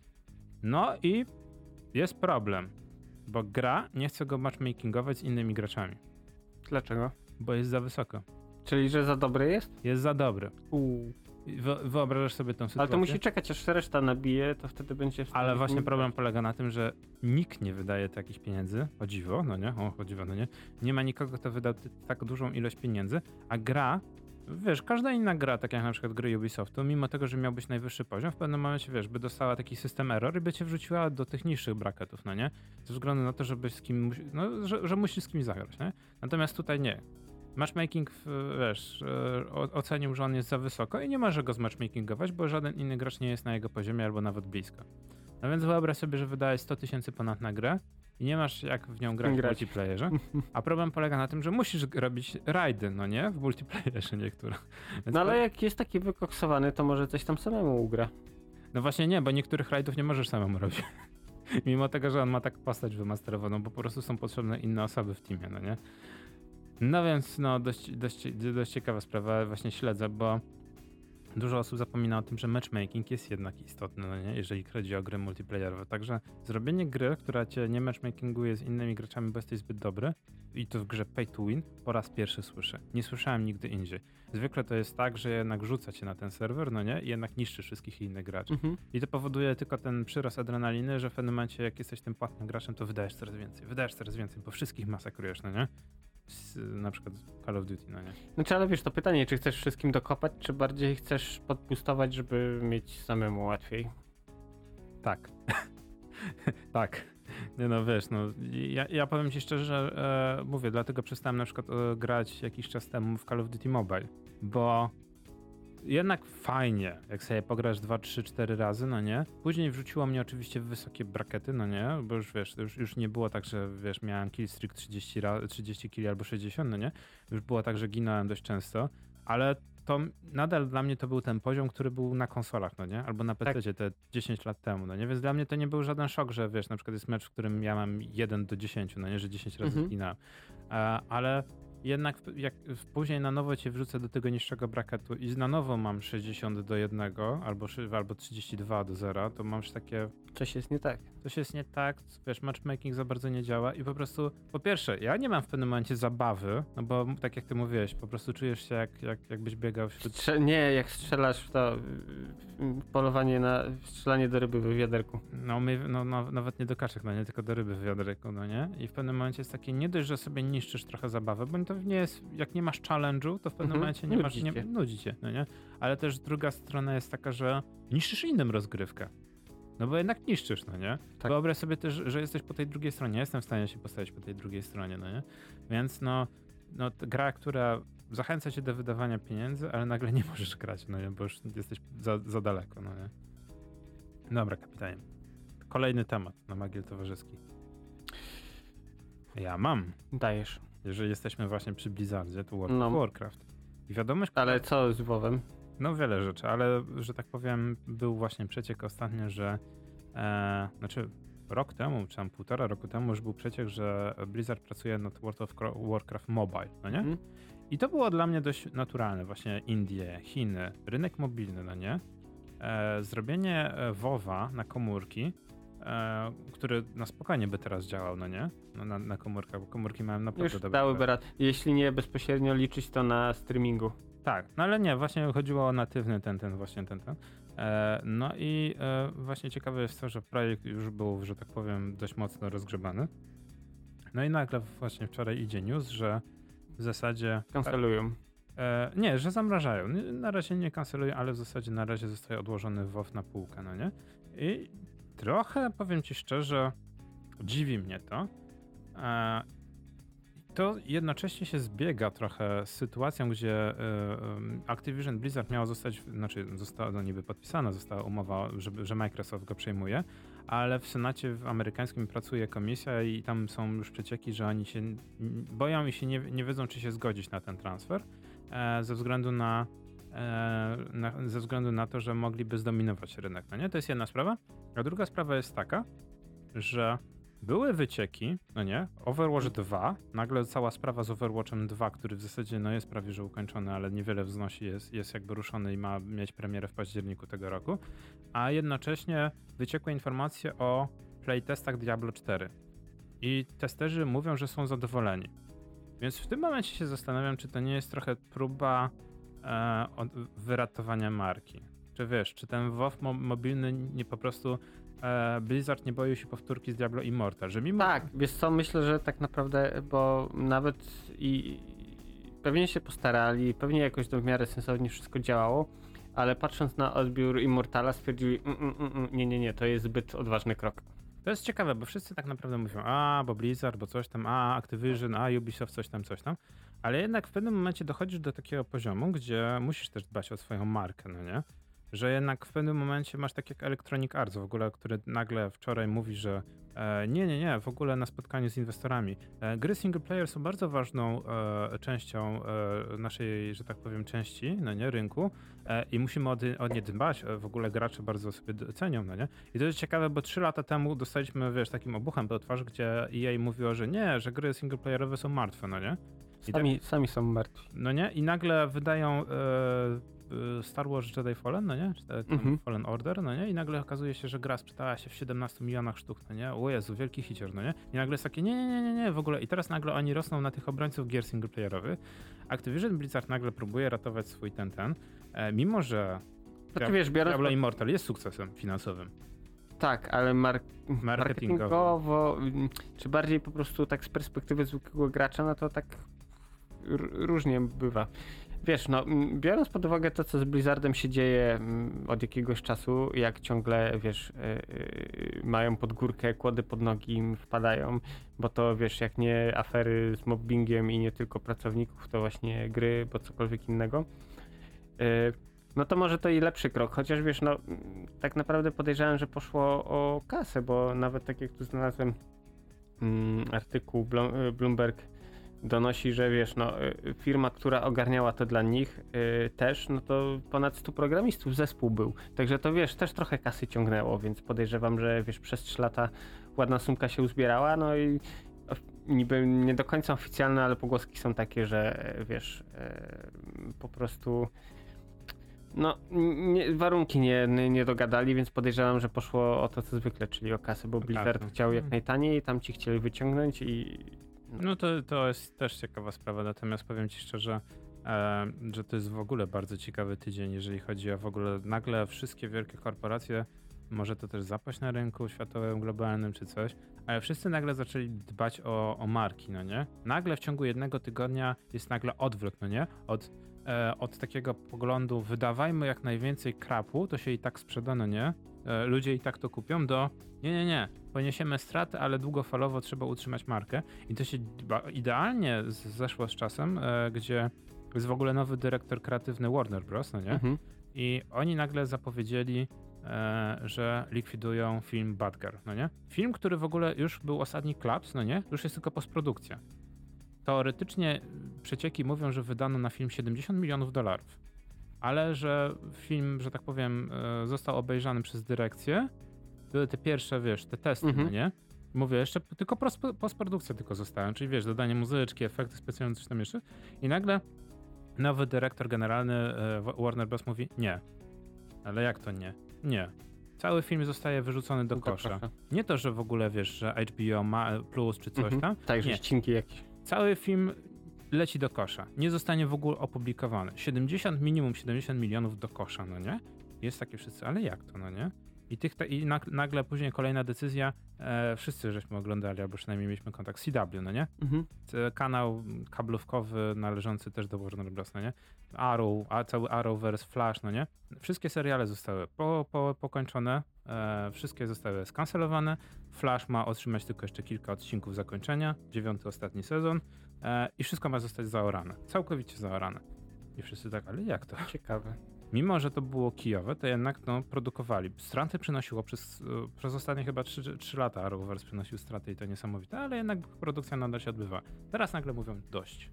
No i jest problem, bo gra nie chce go matchmakingować z innymi graczami, Dlaczego? bo jest za wysoko. Czyli, że za dobry jest? Jest za dobry. Uuu. I Wy, wyobrażasz sobie tą sytuację? Ale to musi czekać, aż reszta nabije, to wtedy będzie... w stanie Ale z właśnie nim problem grać. polega na tym, że nikt nie wydaje takich pieniędzy, o dziwo, no nie, o, o dziwo, no nie, nie ma nikogo, kto wydał ty, tak dużą ilość pieniędzy, a gra, wiesz, każda inna gra, tak jak na przykład gry Ubisoftu, mimo tego, że miałbyś najwyższy poziom, w pewnym momencie, wiesz, by dostała taki system error i by cię wrzuciła do tych niższych bracketów, no nie, ze względu na to, żebyś z kim, musi- no, że, że musisz z kimś zagrać, nie, natomiast tutaj nie. Matchmaking, w- wiesz, e, o- ocenił, że on jest za wysoko i nie może go zmatchmakingować, bo żaden inny gracz nie jest na jego poziomie albo nawet blisko. No więc wyobraź sobie, że wydałeś sto tysięcy ponad na grę i nie masz jak w nią grać w Grać. multiplayerze, a problem polega na tym, że musisz g- robić rajdy, no nie? W multiplayerze niektóre. Więc No ale to- jak jest taki wykoksowany, to może coś tam samemu ugra. No właśnie nie, bo niektórych rajdów nie możesz samemu robić. Mimo tego, że on ma tak postać wymasterowaną, bo po prostu są potrzebne inne osoby w teamie, no nie? No więc no dość, dość, dość ciekawa sprawa, właśnie śledzę, bo dużo osób zapomina o tym, że matchmaking jest jednak istotny, no nie? Jeżeli chodzi o gry multiplayerowe. Także zrobienie gry, która cię nie matchmakinguje z innymi graczami, bo jesteś zbyt dobry, i to w grze pay to win, po raz pierwszy słyszę. Nie słyszałem nigdy indziej. Zwykle to jest tak, że jednak rzuca cię na ten serwer, no nie? I jednak niszczy wszystkich innych graczy. Mhm. I to powoduje tylko ten przyrost adrenaliny, że w pewnym momencie, jak jesteś tym płatnym graczem, to wydajesz coraz więcej, wydajesz coraz więcej, bo wszystkich masakrujesz, no nie? Z, na przykład Call of Duty, no nie? Znaczy, ale wiesz, to pytanie, czy chcesz wszystkim dokopać, czy bardziej chcesz podpustować, żeby mieć samemu łatwiej? Tak. tak. Nie no, wiesz, no, ja, ja powiem ci szczerze, że e, mówię, dlatego przestałem na przykład e, grać jakiś czas temu w Call of Duty Mobile, bo jednak fajnie, jak sobie pograsz dwa, trzy, cztery razy, no nie? Później wrzuciło mnie oczywiście w wysokie brakety, no nie? Bo już wiesz, już, już nie było tak, że wiesz, miałem killstreak trzydzieści, ra- trzydzieści killi albo sześćdziesiąt, no nie? Już było tak, że ginąłem dość często, ale to nadal dla mnie to był ten poziom, który był na konsolach, no nie? Albo na P C te dziesięć lat temu, no nie? Więc dla mnie to nie był żaden szok, że wiesz, na przykład jest mecz, w którym ja mam jeden do dziesięciu, no nie? Że dziesięć razy Mhm. zginąłem. E, ale jednak w- jak w- później na nowo cię wrzucę do tego niższego braketu i na nowo mam sześćdziesiąt do jednego albo, szy- albo trzydzieści dwa do zera, to mam już takie, Coś jest nie tak. coś jest nie tak, wiesz, matchmaking za bardzo nie działa i po prostu, po pierwsze, ja nie mam w pewnym momencie zabawy, no bo tak jak ty mówiłeś, po prostu czujesz się jak, jak, jakbyś biegał wśród... Strze- nie, jak strzelasz w to y, y, polowanie na strzelanie do ryby w wiaderku. No, my, no, no nawet nie do kaczek, no nie, tylko do ryby w wiaderku, no nie? I w pewnym momencie jest takie, nie dość, że sobie niszczysz trochę zabawę, bo to nie jest, jak nie masz challenge'u, to w pewnym Mhm, momencie nie masz, nudzi nie, cię. nudzi cię, no nie? Ale też druga strona jest taka, że niszczysz innym rozgrywkę. No bo jednak niszczysz, no nie? Tak. Wyobraź sobie też, że jesteś po tej drugiej stronie, jestem w stanie się postawić po tej drugiej stronie, no nie? Więc no, no t- gra, która zachęca cię do wydawania pieniędzy, ale nagle nie możesz grać, no nie? Bo już jesteś za, za daleko, no nie? Dobra, kapitanie. Kolejny temat na Magiel Towarzyski. Ja mam. Dajesz. Jeżeli jesteśmy właśnie przy Blizzardzie, to World No. of Warcraft. I wiadomość, Ale co z WoWem? no wiele rzeczy, ale że tak powiem, był właśnie przeciek ostatnio, że e, znaczy rok temu, czy tam półtora roku temu już był przeciek, że Blizzard pracuje nad World of Cro- Warcraft Mobile, no nie? Mhm. I to było dla mnie dość naturalne, właśnie Indie, Chiny, rynek mobilny, no nie? E, zrobienie e, WoWa na komórki, e, który na spokojnie by teraz działał, no nie? No, na, na komórkach, bo komórki mają naprawdę Już dobre... dałyby radę. Jeśli nie bezpośrednio liczyć to na streamingu. Tak, no ale nie, właśnie chodziło o natywny ten, ten, właśnie ten, ten. E, no i e, właśnie ciekawe jest to, że projekt już był, że tak powiem, dość mocno rozgrzebany. No i nagle właśnie wczoraj idzie news, że w zasadzie... Kancelują. E, nie, że zamrażają. Nie, na razie nie kancelują, ale w zasadzie na razie zostaje odłożony WoW na półkę, no nie? I trochę, powiem ci szczerze, dziwi mnie to. E, to jednocześnie się zbiega trochę z sytuacją, gdzie y, y, Activision Blizzard miało zostać, znaczy została no niby podpisana, została umowa, żeby, że Microsoft go przejmuje, ale w Senacie w amerykańskim pracuje komisja i tam są już przecieki, że oni się boją i się nie, nie wiedzą, czy się zgodzić na ten transfer, e, ze względu na, e, na ze względu na to, że mogliby zdominować rynek. No nie? To jest jedna sprawa. A druga sprawa jest taka, że były wycieki, no nie, Overwatch dwa, nagle cała sprawa z Overwatchem dwa, który w zasadzie no jest prawie że ukończony, ale niewiele wznosi, jest, jest jakby ruszony i ma mieć premierę w październiku tego roku, a jednocześnie wyciekły informacje o playtestach Diablo cztery i testerzy mówią, że są zadowoleni. Więc w tym momencie się zastanawiam, czy to nie jest trochę próba e, od, wyratowania marki. Czy wiesz, czy ten WoW mo- mobilny nie po prostu e, Blizzard nie boi się powtórki z Diablo Immortal, że mimo... Tak, wiesz co, myślę, że tak naprawdę, bo nawet i pewnie się postarali, pewnie jakoś to w miarę sensownie wszystko działało, ale patrząc na odbiór Immortala stwierdzili, mm, mm, mm, nie, nie, nie, to jest zbyt odważny krok. To jest ciekawe, bo wszyscy tak naprawdę mówią, a, bo Blizzard, bo coś tam, a, Activision, a, Ubisoft, coś tam, coś tam. Ale jednak w pewnym momencie dochodzisz do takiego poziomu, gdzie musisz też dbać o swoją markę, no nie? Że jednak w pewnym momencie masz tak jak Electronic Arts w ogóle, który nagle wczoraj mówi, że e, nie, nie, nie, w ogóle na spotkaniu z inwestorami. E, gry single player są bardzo ważną e, częścią e, naszej, że tak powiem, części, no nie, rynku e, i musimy o, o nie dbać. E, w ogóle gracze bardzo sobie cenią, no nie? I to jest ciekawe, bo trzy lata temu dostaliśmy, wiesz, takim obuchem do twarzy, gdzie E A mówiło, że nie, że gry single playerowe są martwe, no nie? I Sami, tak, sami są martwi. no nie? I nagle wydają e, Star Wars Jedi Fallen, no nie? Czy te, Mhm. Fallen Order, no nie? I nagle okazuje się, że gra sprzedała się w siedemnastu milionach sztuk, no nie? O Jezu, wielki hicior, no nie? I nagle jest takie, nie, nie, nie, nie, nie, w ogóle. I teraz nagle oni rosną na tych obrońców gier singleplayerowych. Activision Blizzard nagle próbuje ratować swój ten, ten. E, mimo, że Znaczy, wiesz, biorąc Diablo pod- Immortal jest sukcesem finansowym. Tak, ale mark- Marketingowo. marketingowo, mm, czy bardziej po prostu tak z perspektywy zwykłego gracza, no to tak r- różnie bywa. Wiesz, no mm, biorąc pod uwagę to, co z Blizzardem się dzieje mm, od jakiegoś czasu, jak ciągle, wiesz, yy, yy, mają pod górkę, kłody pod nogi im wpadają, bo to, wiesz, jak nie afery z mobbingiem i nie tylko pracowników, to właśnie gry, bo cokolwiek innego. Yy, No to może to i lepszy krok, chociaż wiesz, no mm, tak naprawdę podejrzewam, że poszło o kasę, bo nawet tak jak tu znalazłem mm, artykuł, Blum- Bloomberg donosi, że wiesz, no y, firma, która ogarniała to dla nich y, też, no to ponad stu programistów zespół był, także to wiesz, też trochę kasy ciągnęło, więc podejrzewam, że wiesz, przez trzy lata ładna sumka się uzbierała, no i o, niby nie do końca oficjalne, ale pogłoski są takie, że e, wiesz, e, po prostu no, nie, warunki nie, nie, nie dogadali, więc podejrzewam, że poszło o to co zwykle, czyli o kasę, bo Blizzard kasę. chciał jak Mm. najtaniej, tam ci chcieli wyciągnąć i... No to, to jest też ciekawa sprawa, natomiast powiem ci szczerze, e, że to jest w ogóle bardzo ciekawy tydzień, jeżeli chodzi o w ogóle nagle wszystkie wielkie korporacje, może to też zapaść na rynku światowym, globalnym czy coś, ale wszyscy nagle zaczęli dbać o, o marki, no nie? Nagle w ciągu jednego tygodnia jest nagle odwrót, no nie? Od, e, od takiego poglądu wydawajmy jak najwięcej krapu, to się i tak sprzeda, no nie? E, ludzie i tak to kupią, do nie, nie, nie, poniesiemy straty, ale długofalowo trzeba utrzymać markę i to się ba- idealnie z- zeszło z czasem, e, gdzie jest w ogóle nowy dyrektor kreatywny Warner Bros., no nie? Mhm. I oni nagle zapowiedzieli, e, że likwidują film Bad Girl, no nie? Film, który w ogóle już był ostatni klaps, no nie? Już jest tylko postprodukcja. Teoretycznie przecieki mówią, że wydano na film siedemdziesiąt milionów dolarów, ale że film, że tak powiem, e, został obejrzany przez dyrekcję. Były te pierwsze, wiesz, te testy, Mhm. no nie? Mówię, jeszcze p- tylko pros- postprodukcja tylko została, czyli wiesz, dodanie muzyczki, efekty specjalne, coś tam jeszcze. I nagle nowy dyrektor generalny e, Wa- Warner Bros. Mówi nie. Ale jak to nie? Nie. Cały film zostaje wyrzucony do Do kosza. kosza. Nie to, że w ogóle wiesz, że H B O ma plus czy coś Mhm. tam. Tak, że Nie. ścinki jakieś. Cały film leci do kosza. Nie zostanie w ogóle opublikowany. siedemdziesiąt, minimum siedemdziesiąt milionów do kosza, no nie? Jest takie wszyscy, ale jak to, no nie? I, tych, te, i nag- nagle później kolejna decyzja, e, wszyscy żeśmy oglądali, albo przynajmniej mieliśmy kontakt z C W, no nie? Mhm. C- Kanał kablówkowy należący też do Warner Bros., no nie? Arrow, a cały Arrowverse, Flash, no nie? Wszystkie seriale zostały po, po, pokończone, e, wszystkie zostały skancelowane. Flash ma otrzymać tylko jeszcze kilka odcinków zakończenia, dziewiąty, ostatni sezon e, i wszystko ma zostać zaorane, całkowicie zaorane. I wszyscy tak, ale jak to? Ciekawe. Mimo, że to było kijowe, to jednak no, produkowali. Straty przynosiło przez, y, przez ostatnie chyba trzy lata Arrowverse przynosił straty i to niesamowite, ale jednak produkcja nadal się odbywa. Teraz nagle mówią dość.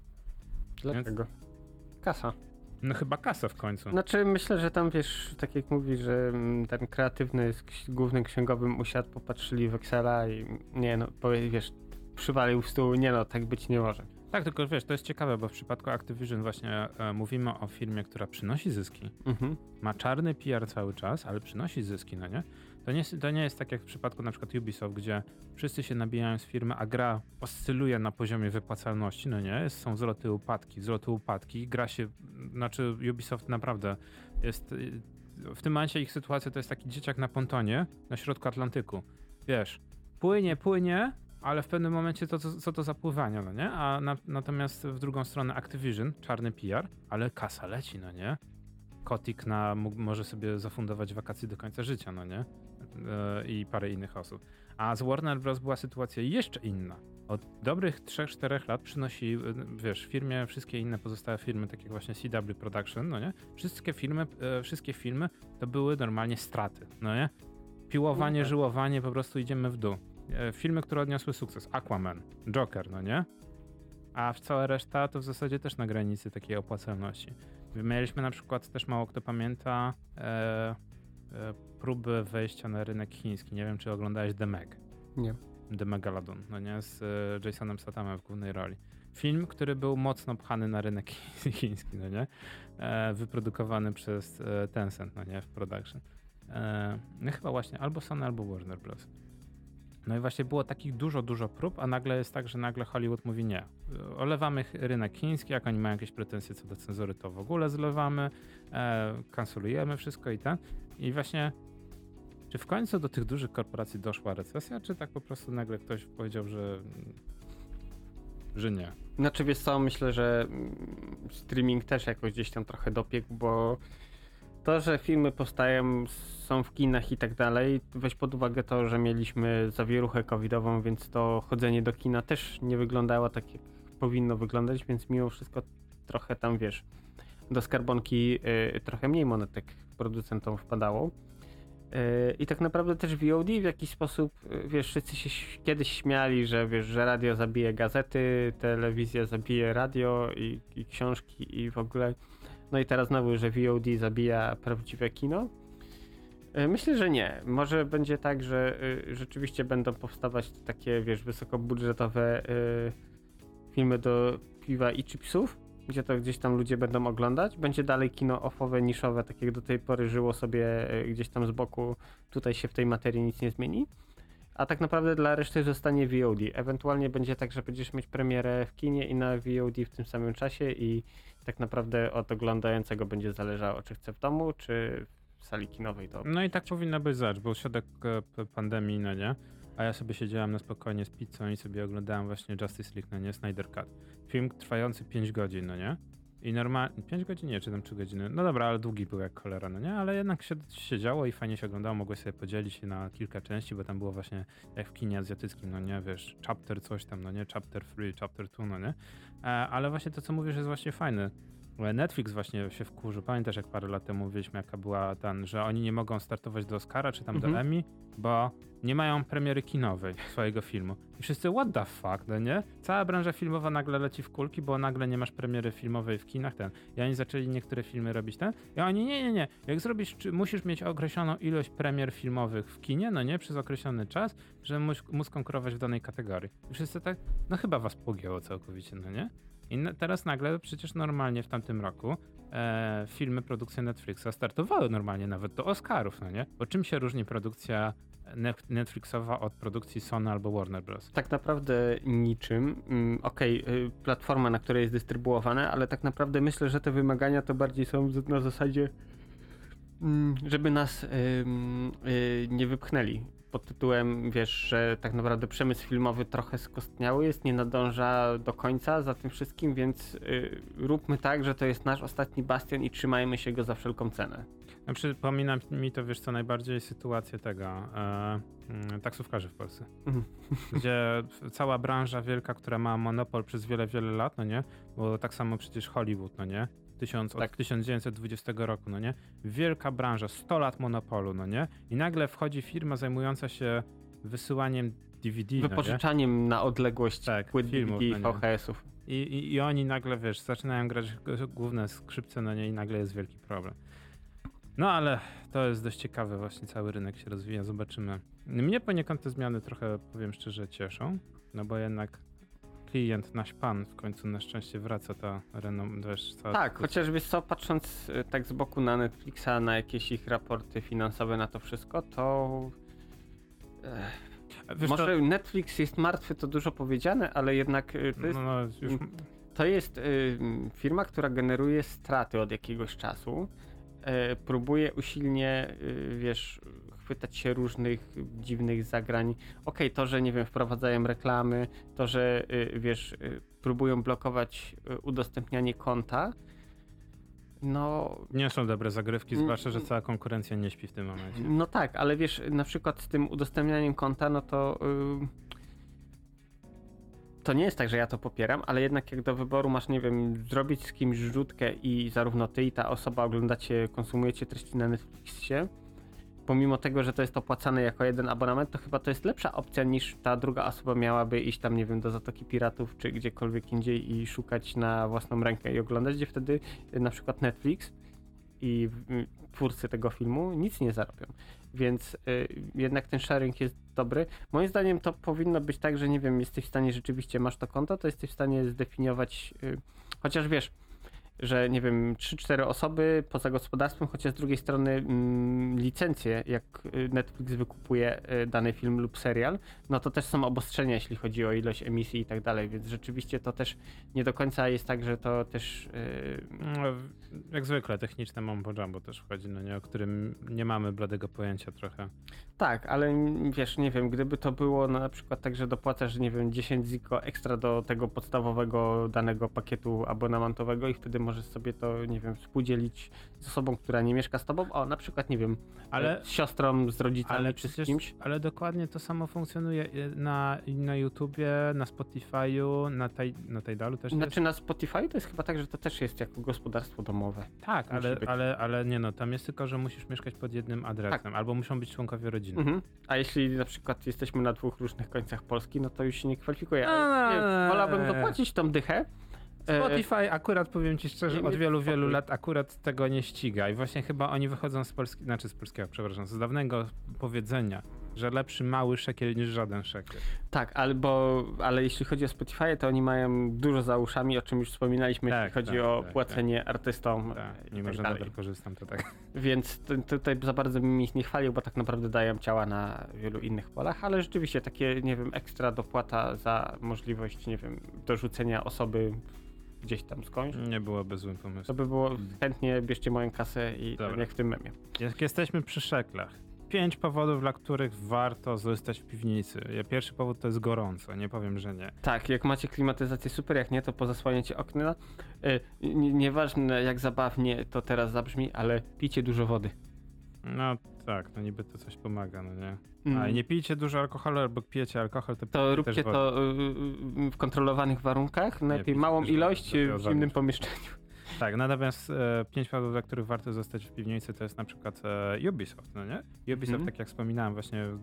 Dlaczego? Kasa. No chyba kasa w końcu. Znaczy myślę, że tam wiesz, tak jak mówisz, że mm, ten kreatywny z ks- głównym księgowym usiadł, popatrzyli w Excela i nie no, powie, wiesz, przywalił w stół, nie no, tak być nie może. Tak, tylko wiesz, to jest ciekawe, bo w przypadku Activision właśnie e, mówimy o firmie, która przynosi zyski, Mhm. ma czarny P R cały czas, ale przynosi zyski, no nie? To nie, to nie jest tak jak w przypadku na przykład Ubisoft, gdzie wszyscy się nabijają z firmy, a gra oscyluje na poziomie wypłacalności, no nie? Są wzloty, upadki, wzloty, upadki, gra się, znaczy Ubisoft naprawdę jest, w tym momencie ich sytuacja to jest taki dzieciak na pontonie na środku Atlantyku. Wiesz, płynie, płynie, ale w pewnym momencie to, co, co to za pływanie, no nie? A na, natomiast w drugą stronę Activision, czarny P R, ale kasa leci, no nie? Kotik na, mógł, może sobie zafundować wakacje do końca życia, no nie? Yy, I parę innych osób. A z Warner Bros. Była sytuacja jeszcze inna. Od dobrych trzech czterech lat przynosi, wiesz, firmie, wszystkie inne pozostałe firmy, takie jak właśnie C W Production, no nie? Wszystkie filmy, yy, wszystkie filmy to były normalnie straty, no nie? Piłowanie, Mhm. żyłowanie, po prostu idziemy w dół. Yy, filmy, które odniosły sukces. Aquaman, Joker, no nie? A w cała reszta to w zasadzie też na granicy takiej opłacalności. Mieliśmy na przykład, też mało kto pamięta, e, e, próby wejścia na rynek chiński. Nie wiem, czy oglądałeś The Meg. Nie. The Megalodon, no nie? Z e, Jasonem Stathamem w głównej roli. Film, który był mocno pchany na rynek chiński, no nie? E, wyprodukowany przez e, Tencent, no nie? W production. E, no chyba właśnie albo Sony, albo Warner Bros. No i właśnie było takich dużo, dużo prób, a nagle jest tak, że nagle Hollywood mówi nie. Olewamy rynek chiński, jak oni mają jakieś pretensje co do cenzury, to w ogóle zlewamy, e, kancelujemy wszystko i ten. I właśnie, czy w końcu do tych dużych korporacji doszła recesja, czy tak po prostu nagle ktoś powiedział, że, że nie? Znaczy wiesz co, myślę, że mm, streaming też jakoś gdzieś tam trochę dopiekł, bo to, że filmy powstają, są w kinach i tak dalej, weź pod uwagę to, że mieliśmy zawieruchę covidową, więc to chodzenie do kina też nie wyglądało tak, jak powinno wyglądać, więc mimo wszystko trochę tam, wiesz, do skarbonki y, trochę mniej monetek producentom wpadało. Y, I tak naprawdę też V O D w jakiś sposób, y, wiesz, wszyscy się ś- kiedyś śmiali, że wiesz, że radio zabije gazety, telewizja zabije radio i, i książki i w ogóle. No i teraz znowu, że V O D zabija prawdziwe kino. Y, Myślę, że nie. Może będzie tak, że y, rzeczywiście będą powstawać takie, wiesz, wysokobudżetowe y, filmy do piwa i chipsów, gdzie to gdzieś tam ludzie będą oglądać. Będzie dalej kino offowe, niszowe, tak jak do tej pory żyło sobie y, gdzieś tam z boku. Tutaj się w tej materii nic nie zmieni. A tak naprawdę dla reszty zostanie V O D. Ewentualnie będzie tak, że będziesz mieć premierę w kinie i na V O D w tym samym czasie i tak naprawdę od oglądającego będzie zależało, czy chce w domu, czy w sali kinowej. To No i tak powinno być, zobacz, był środek e, p- pandemii, no nie? A ja sobie siedziałem na spokojnie z pizzą i sobie oglądałem właśnie Justice League, no nie? Snyder Cut. Film trwający pięć godzin, no nie? I normalnie, pięć godzin nie, czy tam trzy godziny. No dobra, ale długi był jak cholera, no nie? Ale jednak się siedziało i fajnie się oglądało, mogłeś sobie podzielić się na kilka części, bo tam było właśnie jak w kinie azjatyckim, no nie? Wiesz, chapter coś tam, no nie? Chapter three, chapter two, no nie? E, ale właśnie to, co mówisz, jest właśnie fajne. Netflix właśnie się wkurzył. Pamiętasz, jak parę lat temu mówiliśmy, jaka była ten, że oni nie mogą startować do Oscara czy tam Mhm. do Emmy, bo nie mają premiery kinowej swojego filmu. I wszyscy, what the fuck, no nie? Cała branża filmowa nagle leci w kulki, bo nagle nie masz premiery filmowej w kinach, ten. I oni zaczęli niektóre filmy robić ten. I oni, nie, nie, nie. Jak zrobisz, czy musisz mieć określoną ilość premier filmowych w kinie, no nie? Przez określony czas, żeby móc, móc konkurować w danej kategorii. I wszyscy tak, no chyba was pogięło całkowicie, no nie? I na, teraz nagle przecież normalnie w tamtym roku e, filmy, produkcje Netflixa startowały normalnie nawet do Oscarów, no nie? Bo czym się różni produkcja net, Netflixowa od produkcji Sony albo Warner Bros? tak naprawdę niczym. Mm, Okej, y, platforma, na której jest dystrybuowane, ale tak naprawdę myślę, że te wymagania to bardziej są z- na zasadzie, mm, żeby nas ym, y, nie wypchnęli. Pod tytułem, wiesz, że tak naprawdę przemysł filmowy trochę skostniały jest, nie nadąża do końca za tym wszystkim, więc y, róbmy tak, że to jest nasz ostatni bastion i trzymajmy się go za wszelką cenę. No, przypomina mi to, wiesz co, najbardziej sytuację tego, e, mm, taksówkarzy w Polsce. Mhm. Gdzie cała branża wielka, która ma monopol przez wiele, wiele lat, no nie? Bo tak samo przecież Hollywood, no nie? Tysiąc, Tak. Od tysiąc dziewięćset dwudziestego roku, no nie? Wielka branża, sto lat monopolu, no nie? I nagle wchodzi firma zajmująca się wysyłaniem D V D, no nie? Wypożyczaniem na odległość Tak, płyt filmów, D V D i no nie. V H S-ów. I, i, I oni nagle, wiesz, zaczynają grać g- główne skrzypce, no nie? I nagle jest wielki problem. No ale to jest dość ciekawe, właśnie cały rynek się rozwija, zobaczymy. Mnie poniekąd te zmiany trochę, powiem szczerze, cieszą, no bo jednak klient, nasz pan, w końcu na szczęście wraca ta renom... Wiesz, cała Tak, dyskusja. chociaż wiesz co, patrząc y, tak z boku na Netflixa, na jakieś ich raporty finansowe, na to wszystko, to ech, Wiesz, może to... Netflix jest martwy, to dużo powiedziane, ale jednak y, to jest, No, no, już... to jest y, firma, która generuje straty od jakiegoś czasu, y, próbuje usilnie, y, wiesz, chwytać się różnych dziwnych zagrań. Okej, to, że nie wiem, wprowadzają reklamy, to, że y, wiesz, y, próbują blokować y, udostępnianie konta, no... Nie są dobre zagrywki, Mm, zwłaszcza, że cała konkurencja nie śpi w tym momencie. No tak, ale wiesz, na przykład z tym udostępnianiem konta, no to yy, to nie jest tak, że ja to popieram, ale jednak jak do wyboru masz, nie wiem, zrobić z kimś rzutkę i zarówno ty i ta osoba oglądacie, konsumujecie treści na Netflixie, pomimo tego, że to jest opłacane jako jeden abonament, to chyba to jest lepsza opcja niż ta druga osoba miałaby iść tam, nie wiem, do Zatoki Piratów czy gdziekolwiek indziej i szukać na własną rękę i oglądać, gdzie wtedy y, na przykład Netflix i y, twórcy tego filmu nic nie zarobią. Więc y, jednak ten sharing jest dobry. Moim zdaniem to powinno być tak, że nie wiem, jesteś w stanie rzeczywiście, masz to konto, to jesteś w stanie zdefiniować, y, chociaż wiesz, że nie wiem, trzy cztery osoby poza gospodarstwem, chociaż z drugiej strony mm, licencje, jak y, Netflix wykupuje y, dany film lub serial, no to też są obostrzenia, jeśli chodzi o ilość emisji i tak dalej, więc rzeczywiście to też nie do końca jest tak, że to też... y, No, jak zwykle, techniczne mambo jumbo też wchodzi, no nie, o którym nie mamy bladego pojęcia trochę. Tak, ale mm, wiesz, nie wiem, gdyby to było no, na przykład tak, że dopłacasz, nie wiem, dziesięć ziko ekstra do tego podstawowego danego pakietu abonamentowego i wtedy możesz sobie to, nie wiem, współdzielić z osobą, która nie mieszka z tobą, o, na przykład, nie wiem, Ale, z siostrą, z rodzicami ale czy z przecież, kimś. ale dokładnie to samo funkcjonuje na, na YouTubie, na Spotify'u, na, taj, na Tidalu też Znaczy jest. na Spotify to jest chyba tak, że to też jest jako gospodarstwo domowe. Tak, musi ale, być. ale, ale nie no, tam jest tylko, że musisz mieszkać pod jednym adresem, Tak. albo muszą być członkowie rodziny. Mhm. A jeśli na przykład jesteśmy na dwóch różnych końcach Polski, no to już się nie kwalifikuje. A, Ale nie, wolałbym dopłacić tą dychę. E, Spotify akurat, powiem ci szczerze, Nie, od nie, wielu, wielu spokój. lat akurat tego nie ściga i właśnie chyba oni wychodzą z Polski, znaczy z polskiego, przepraszam, z dawnego powiedzenia, że lepszy mały szekiel niż żaden szekiel. Tak, albo, ale jeśli chodzi o Spotify, to oni mają dużo za uszami, o czym już wspominaliśmy, Tak, jeśli chodzi tak, o tak, płacenie artystom Tak, i mimo tak że dalej. nadal korzystam, to tak. Więc t- tutaj za bardzo bym ich nie chwalił, bo tak naprawdę dają ciała na wielu innych polach, ale rzeczywiście takie, nie wiem, ekstra dopłata za możliwość, nie wiem, dorzucenia osoby gdzieś tam skądś. Nie byłoby złym To pomysłem. by było, chętnie bierzcie moją kasę i Dobra. tak jak w tym memie. Jak jesteśmy przy szeklach, pięć powodów, dla których warto zostać w piwnicy. Pierwszy powód to jest gorąco, nie powiem, że nie. Tak, jak macie klimatyzację super, jak nie, to pozasłaniacie okna. Y, nie- Nieważne jak zabawnie to teraz zabrzmi, ale pijcie dużo wody. No tak, no niby to coś pomaga, no nie. Mm. A nie pijcie dużo alkoholu, albo pijecie alkohol, to, To pijcie róbcie też wodę. to y, y, w kontrolowanych warunkach, najlepiej pijcie małą też wodę, ilość dopiero y, w zimnym zabić. pomieszczeniu. Tak, natomiast e, pięć powodów, dla których warto zostać w piwnicy, to jest na przykład e, Ubisoft, no nie? Ubisoft, Mhm. tak jak wspominałem, właśnie e,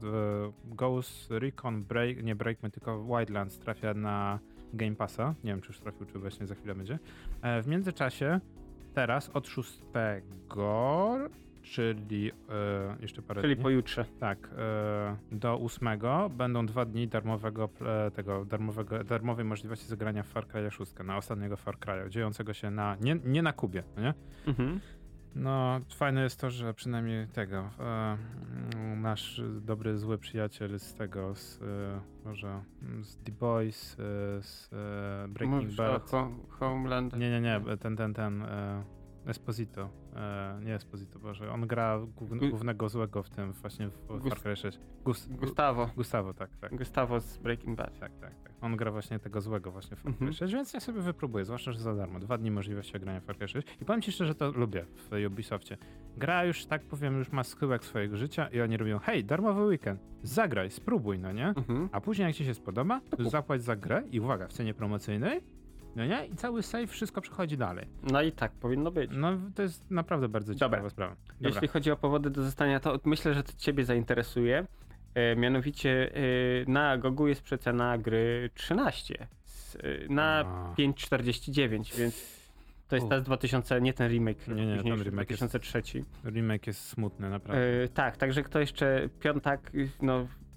Ghost Recon Break, nie Breakman, tylko Wildlands trafia na Game Passa. Nie wiem, czy już trafił, czy właśnie za chwilę będzie. E, w międzyczasie, teraz od szóstego, czyli e, jeszcze parę Czyli dni. pojutrze. Tak, e, do ósmego będą dwa dni darmowego, e, tego, darmowego, darmowej możliwości zagrania w Far Cry'a sześć, na ostatniego Far Cry'a, dziejącego się na, nie, nie na Kubie, no nie? Mhm. No, fajne jest to, że przynajmniej tego, e, mm, nasz dobry, zły przyjaciel z tego, z, e, może, mm, z The Boys, e, z e, Breaking Mówisz o Bad. ho- Homeland. Nie, nie, nie, ten, ten, ten, e, Esposito, e, nie Esposito, Boże, on gra głów, Gu- głównego złego w tym, właśnie w Gust- Far Cry sześć. Gus, Gustavo. Gustavo, tak, tak. Gustavo z Breaking Bad. Tak, tak, tak. On gra właśnie tego złego właśnie w Far Cry Mhm. sześć, więc ja sobie wypróbuję, zwłaszcza, że za darmo. Dwa dni możliwości grania w Far Cry sześć. I powiem ci szczerze, to lubię w Ubisoftie. Gra już, tak powiem, już ma schyłek swojego życia i oni robią, hej, darmowy weekend, zagraj, spróbuj, no nie? Mhm. A później jak ci się spodoba, to zapłać za grę i uwaga, w cenie promocyjnej, no nie? I cały save, wszystko przechodzi dalej. No i tak powinno być. No to jest naprawdę bardzo ciekawa Dobra. sprawa. Dobra. Jeśli chodzi o powody do zostania, to myślę, że to ciebie zainteresuje. E, mianowicie e, na Gogu jest przecena gry trzynaście z, e, na A. pięć czterdzieści dziewięć, więc to jest U. ta z dwa tysiące, nie ten remake, Nie, nie, ten późniejszy, remake jest- dwa tysiące trzy. Remake jest smutny, naprawdę. E, tak, także kto jeszcze piątak, no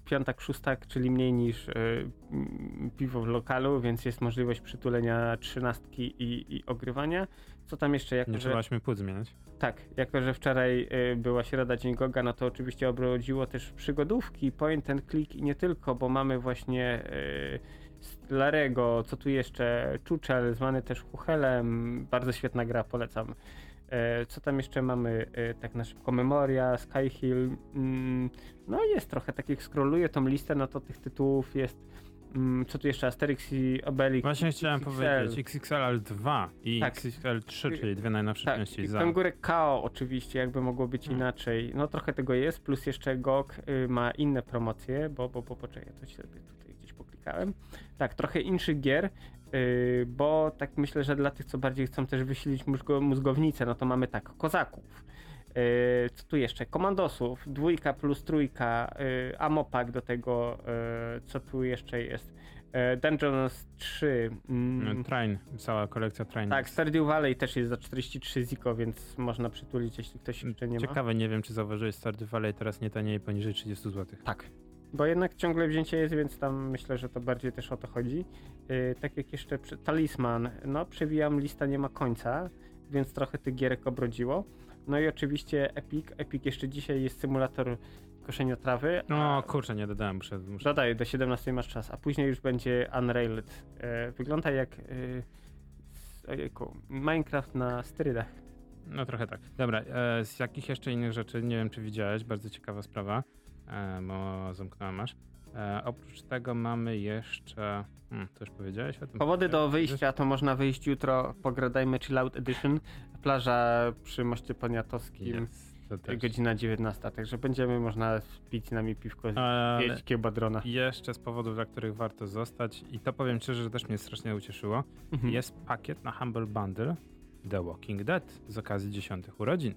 piątak, szóstak, czyli mniej niż y, mm, piwo w lokalu, więc jest możliwość przytulenia trzynastki i, i ogrywania. Co tam jeszcze? Jako, Nie że, trzeba ośmiu płód zmieniać. tak, jako że wczoraj y, była środa, Dzień Goga, no to oczywiście obrodziło też przygodówki, point and click i nie tylko, bo mamy właśnie y, Larego, co tu jeszcze, Czuczel, zwany też Huchelem, bardzo świetna gra, polecam. E, co tam jeszcze mamy? E, tak na szybko, Memoria, Skyhill. Mm, no jest trochę takich, scrolluję tą listę, no to tych tytułów jest. Mm, co tu jeszcze? Asterix i Obelix. Właśnie chciałem X X L. powiedzieć X X L dwa i Tak. X X L trzy, czyli dwie najnowsze Tak, części i za. Kangurek K O oczywiście, jakby mogło być Hmm. inaczej. No trochę tego jest, plus jeszcze G O G y, ma inne promocje, bo, bo, bo poczekaj, to się sobie tutaj gdzieś poklikałem. Tak, trochę inszych gier, y, bo tak myślę, że dla tych, co bardziej chcą też wysilić mózgo, mózgownicę, no to mamy tak, Kozaków. Y, co tu jeszcze? Komandosów, dwójka plus trójka, y, Amopak do tego, y, co tu jeszcze jest? Y, Dungeons trzy. Mm, Train, cała kolekcja Train. tak, Stardew Valley też jest za czterdzieści trzy ziko, więc można przytulić, jeśli ktoś jeszcze nie ma. Ciekawe, nie wiem czy zauważyłeś, Stardew Valley teraz nie taniej poniżej trzydzieści złotych. Tak. Bo jednak ciągle wzięcie jest, więc tam myślę, że to bardziej też o to chodzi. Yy, tak jak jeszcze przy, Talisman, no przewijam, lista nie ma końca, więc trochę tych gierek obrodziło. No i oczywiście Epic. Epic jeszcze dzisiaj jest symulator koszenia trawy. No kurczę, nie dodałem, muszę... muszę... Dodaj, do siedemnastej masz czas, a później już będzie Unrailed. Yy, wygląda jak yy, ojejku, Minecraft na sterydach. No trochę tak. Dobra, e, z jakich jeszcze innych rzeczy, nie wiem czy widziałeś, bardzo ciekawa sprawa, e, bo zamknąłem aż. E, oprócz tego mamy jeszcze, hmm, to już powiedziałeś o tym? Powody do wyjścia to można wyjść jutro, pogradajmy Chill Out Edition, plaża przy Moście Poniatowskim, Jest, to też. godzina dziewiętnasta, także będziemy można pić z nami piwko, Ale jeść kiełba drona. jeszcze z powodów, dla których warto zostać, i to powiem szczerze, że też mnie strasznie ucieszyło, Mhm. jest pakiet na Humble Bundle The Walking Dead z okazji dziesiątych urodzin.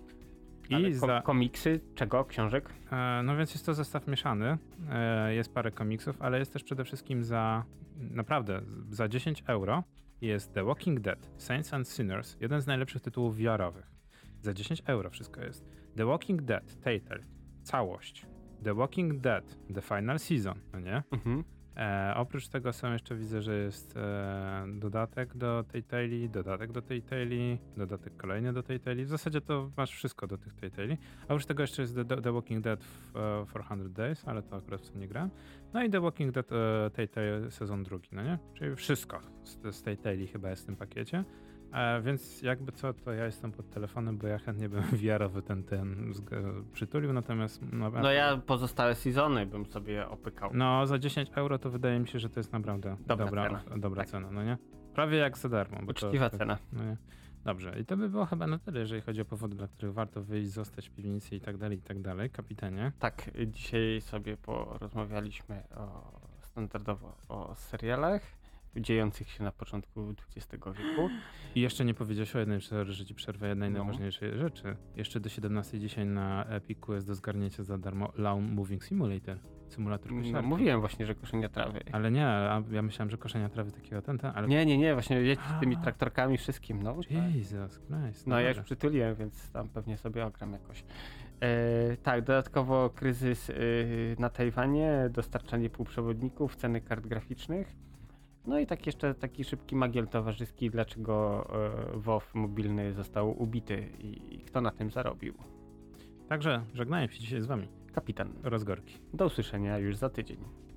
I Ale ko- za... komiksy, czego? Książek? E, no więc jest to zestaw mieszany, e, jest parę komiksów, ale jest też przede wszystkim za, naprawdę, z- za dziesięć euro jest The Walking Dead, Saints and Sinners, jeden z najlepszych tytułów V R-owych. Za dziesięć euro wszystko jest. The Walking Dead, Telltale, całość. The Walking Dead, The Final Season, no nie? Mhm. E, oprócz tego są jeszcze, widzę, że jest e, dodatek do Telltale, dodatek do Telltale, dodatek kolejny do Telltale. W zasadzie to masz wszystko do tych Telltale. A oprócz tego jeszcze jest The, The Walking Dead w, e, czterysta Days, ale to akurat w co nie grałem. No i The Walking Dead e, Telltale sezon drugi, no nie? Czyli wszystko z, z Telltale chyba jest w tym pakiecie. E, więc jakby co, to ja jestem pod telefonem, bo ja chętnie bym V R-owy ten, ten zg- przytulił, natomiast... No, No ja pozostałe sezony bym sobie opykał. no, za dziesięć euro to wydaje mi się, że to jest naprawdę Dobra dobra, cena. dobra Tak. cena, no nie? Prawie jak za darmo. Bo Uczciwa to, cena. No nie? Dobrze, i to by było chyba na tyle, jeżeli chodzi o powody, dla których warto wyjść, zostać w piwnicy i tak dalej, i tak dalej. Kapitanie. Tak, dzisiaj sobie porozmawialiśmy o, standardowo o serialach dziejących się na początku dwudziestego wieku. I jeszcze nie powiedziałeś o jednej, sorry, że ci przerwę, jednej No. najważniejszej rzeczy. Jeszcze do siedemnastej dzisiaj na Epiku jest do zgarnięcia za darmo Lawn Moving Simulator. Symulator No, kosiarki. mówiłem właśnie, że koszenia trawy. Ale nie, a ja myślałem, że koszenia trawy takiego ten, ten, ale... Nie, nie, nie, właśnie jedź z tymi A. traktorkami wszystkim, no. tak. Jesus Christ. No ja już dobra. przytuliłem, więc tam pewnie sobie ogram jakoś. E, tak, dodatkowo kryzys e, na Tajwanie, dostarczanie półprzewodników, ceny kart graficznych. No i tak jeszcze taki szybki magiel towarzyski, dlaczego e, WoW mobilny został ubity i, i kto na tym zarobił. Także żegnałem się dzisiaj z wami. Kapitan. Rozgorki. Do usłyszenia już za tydzień.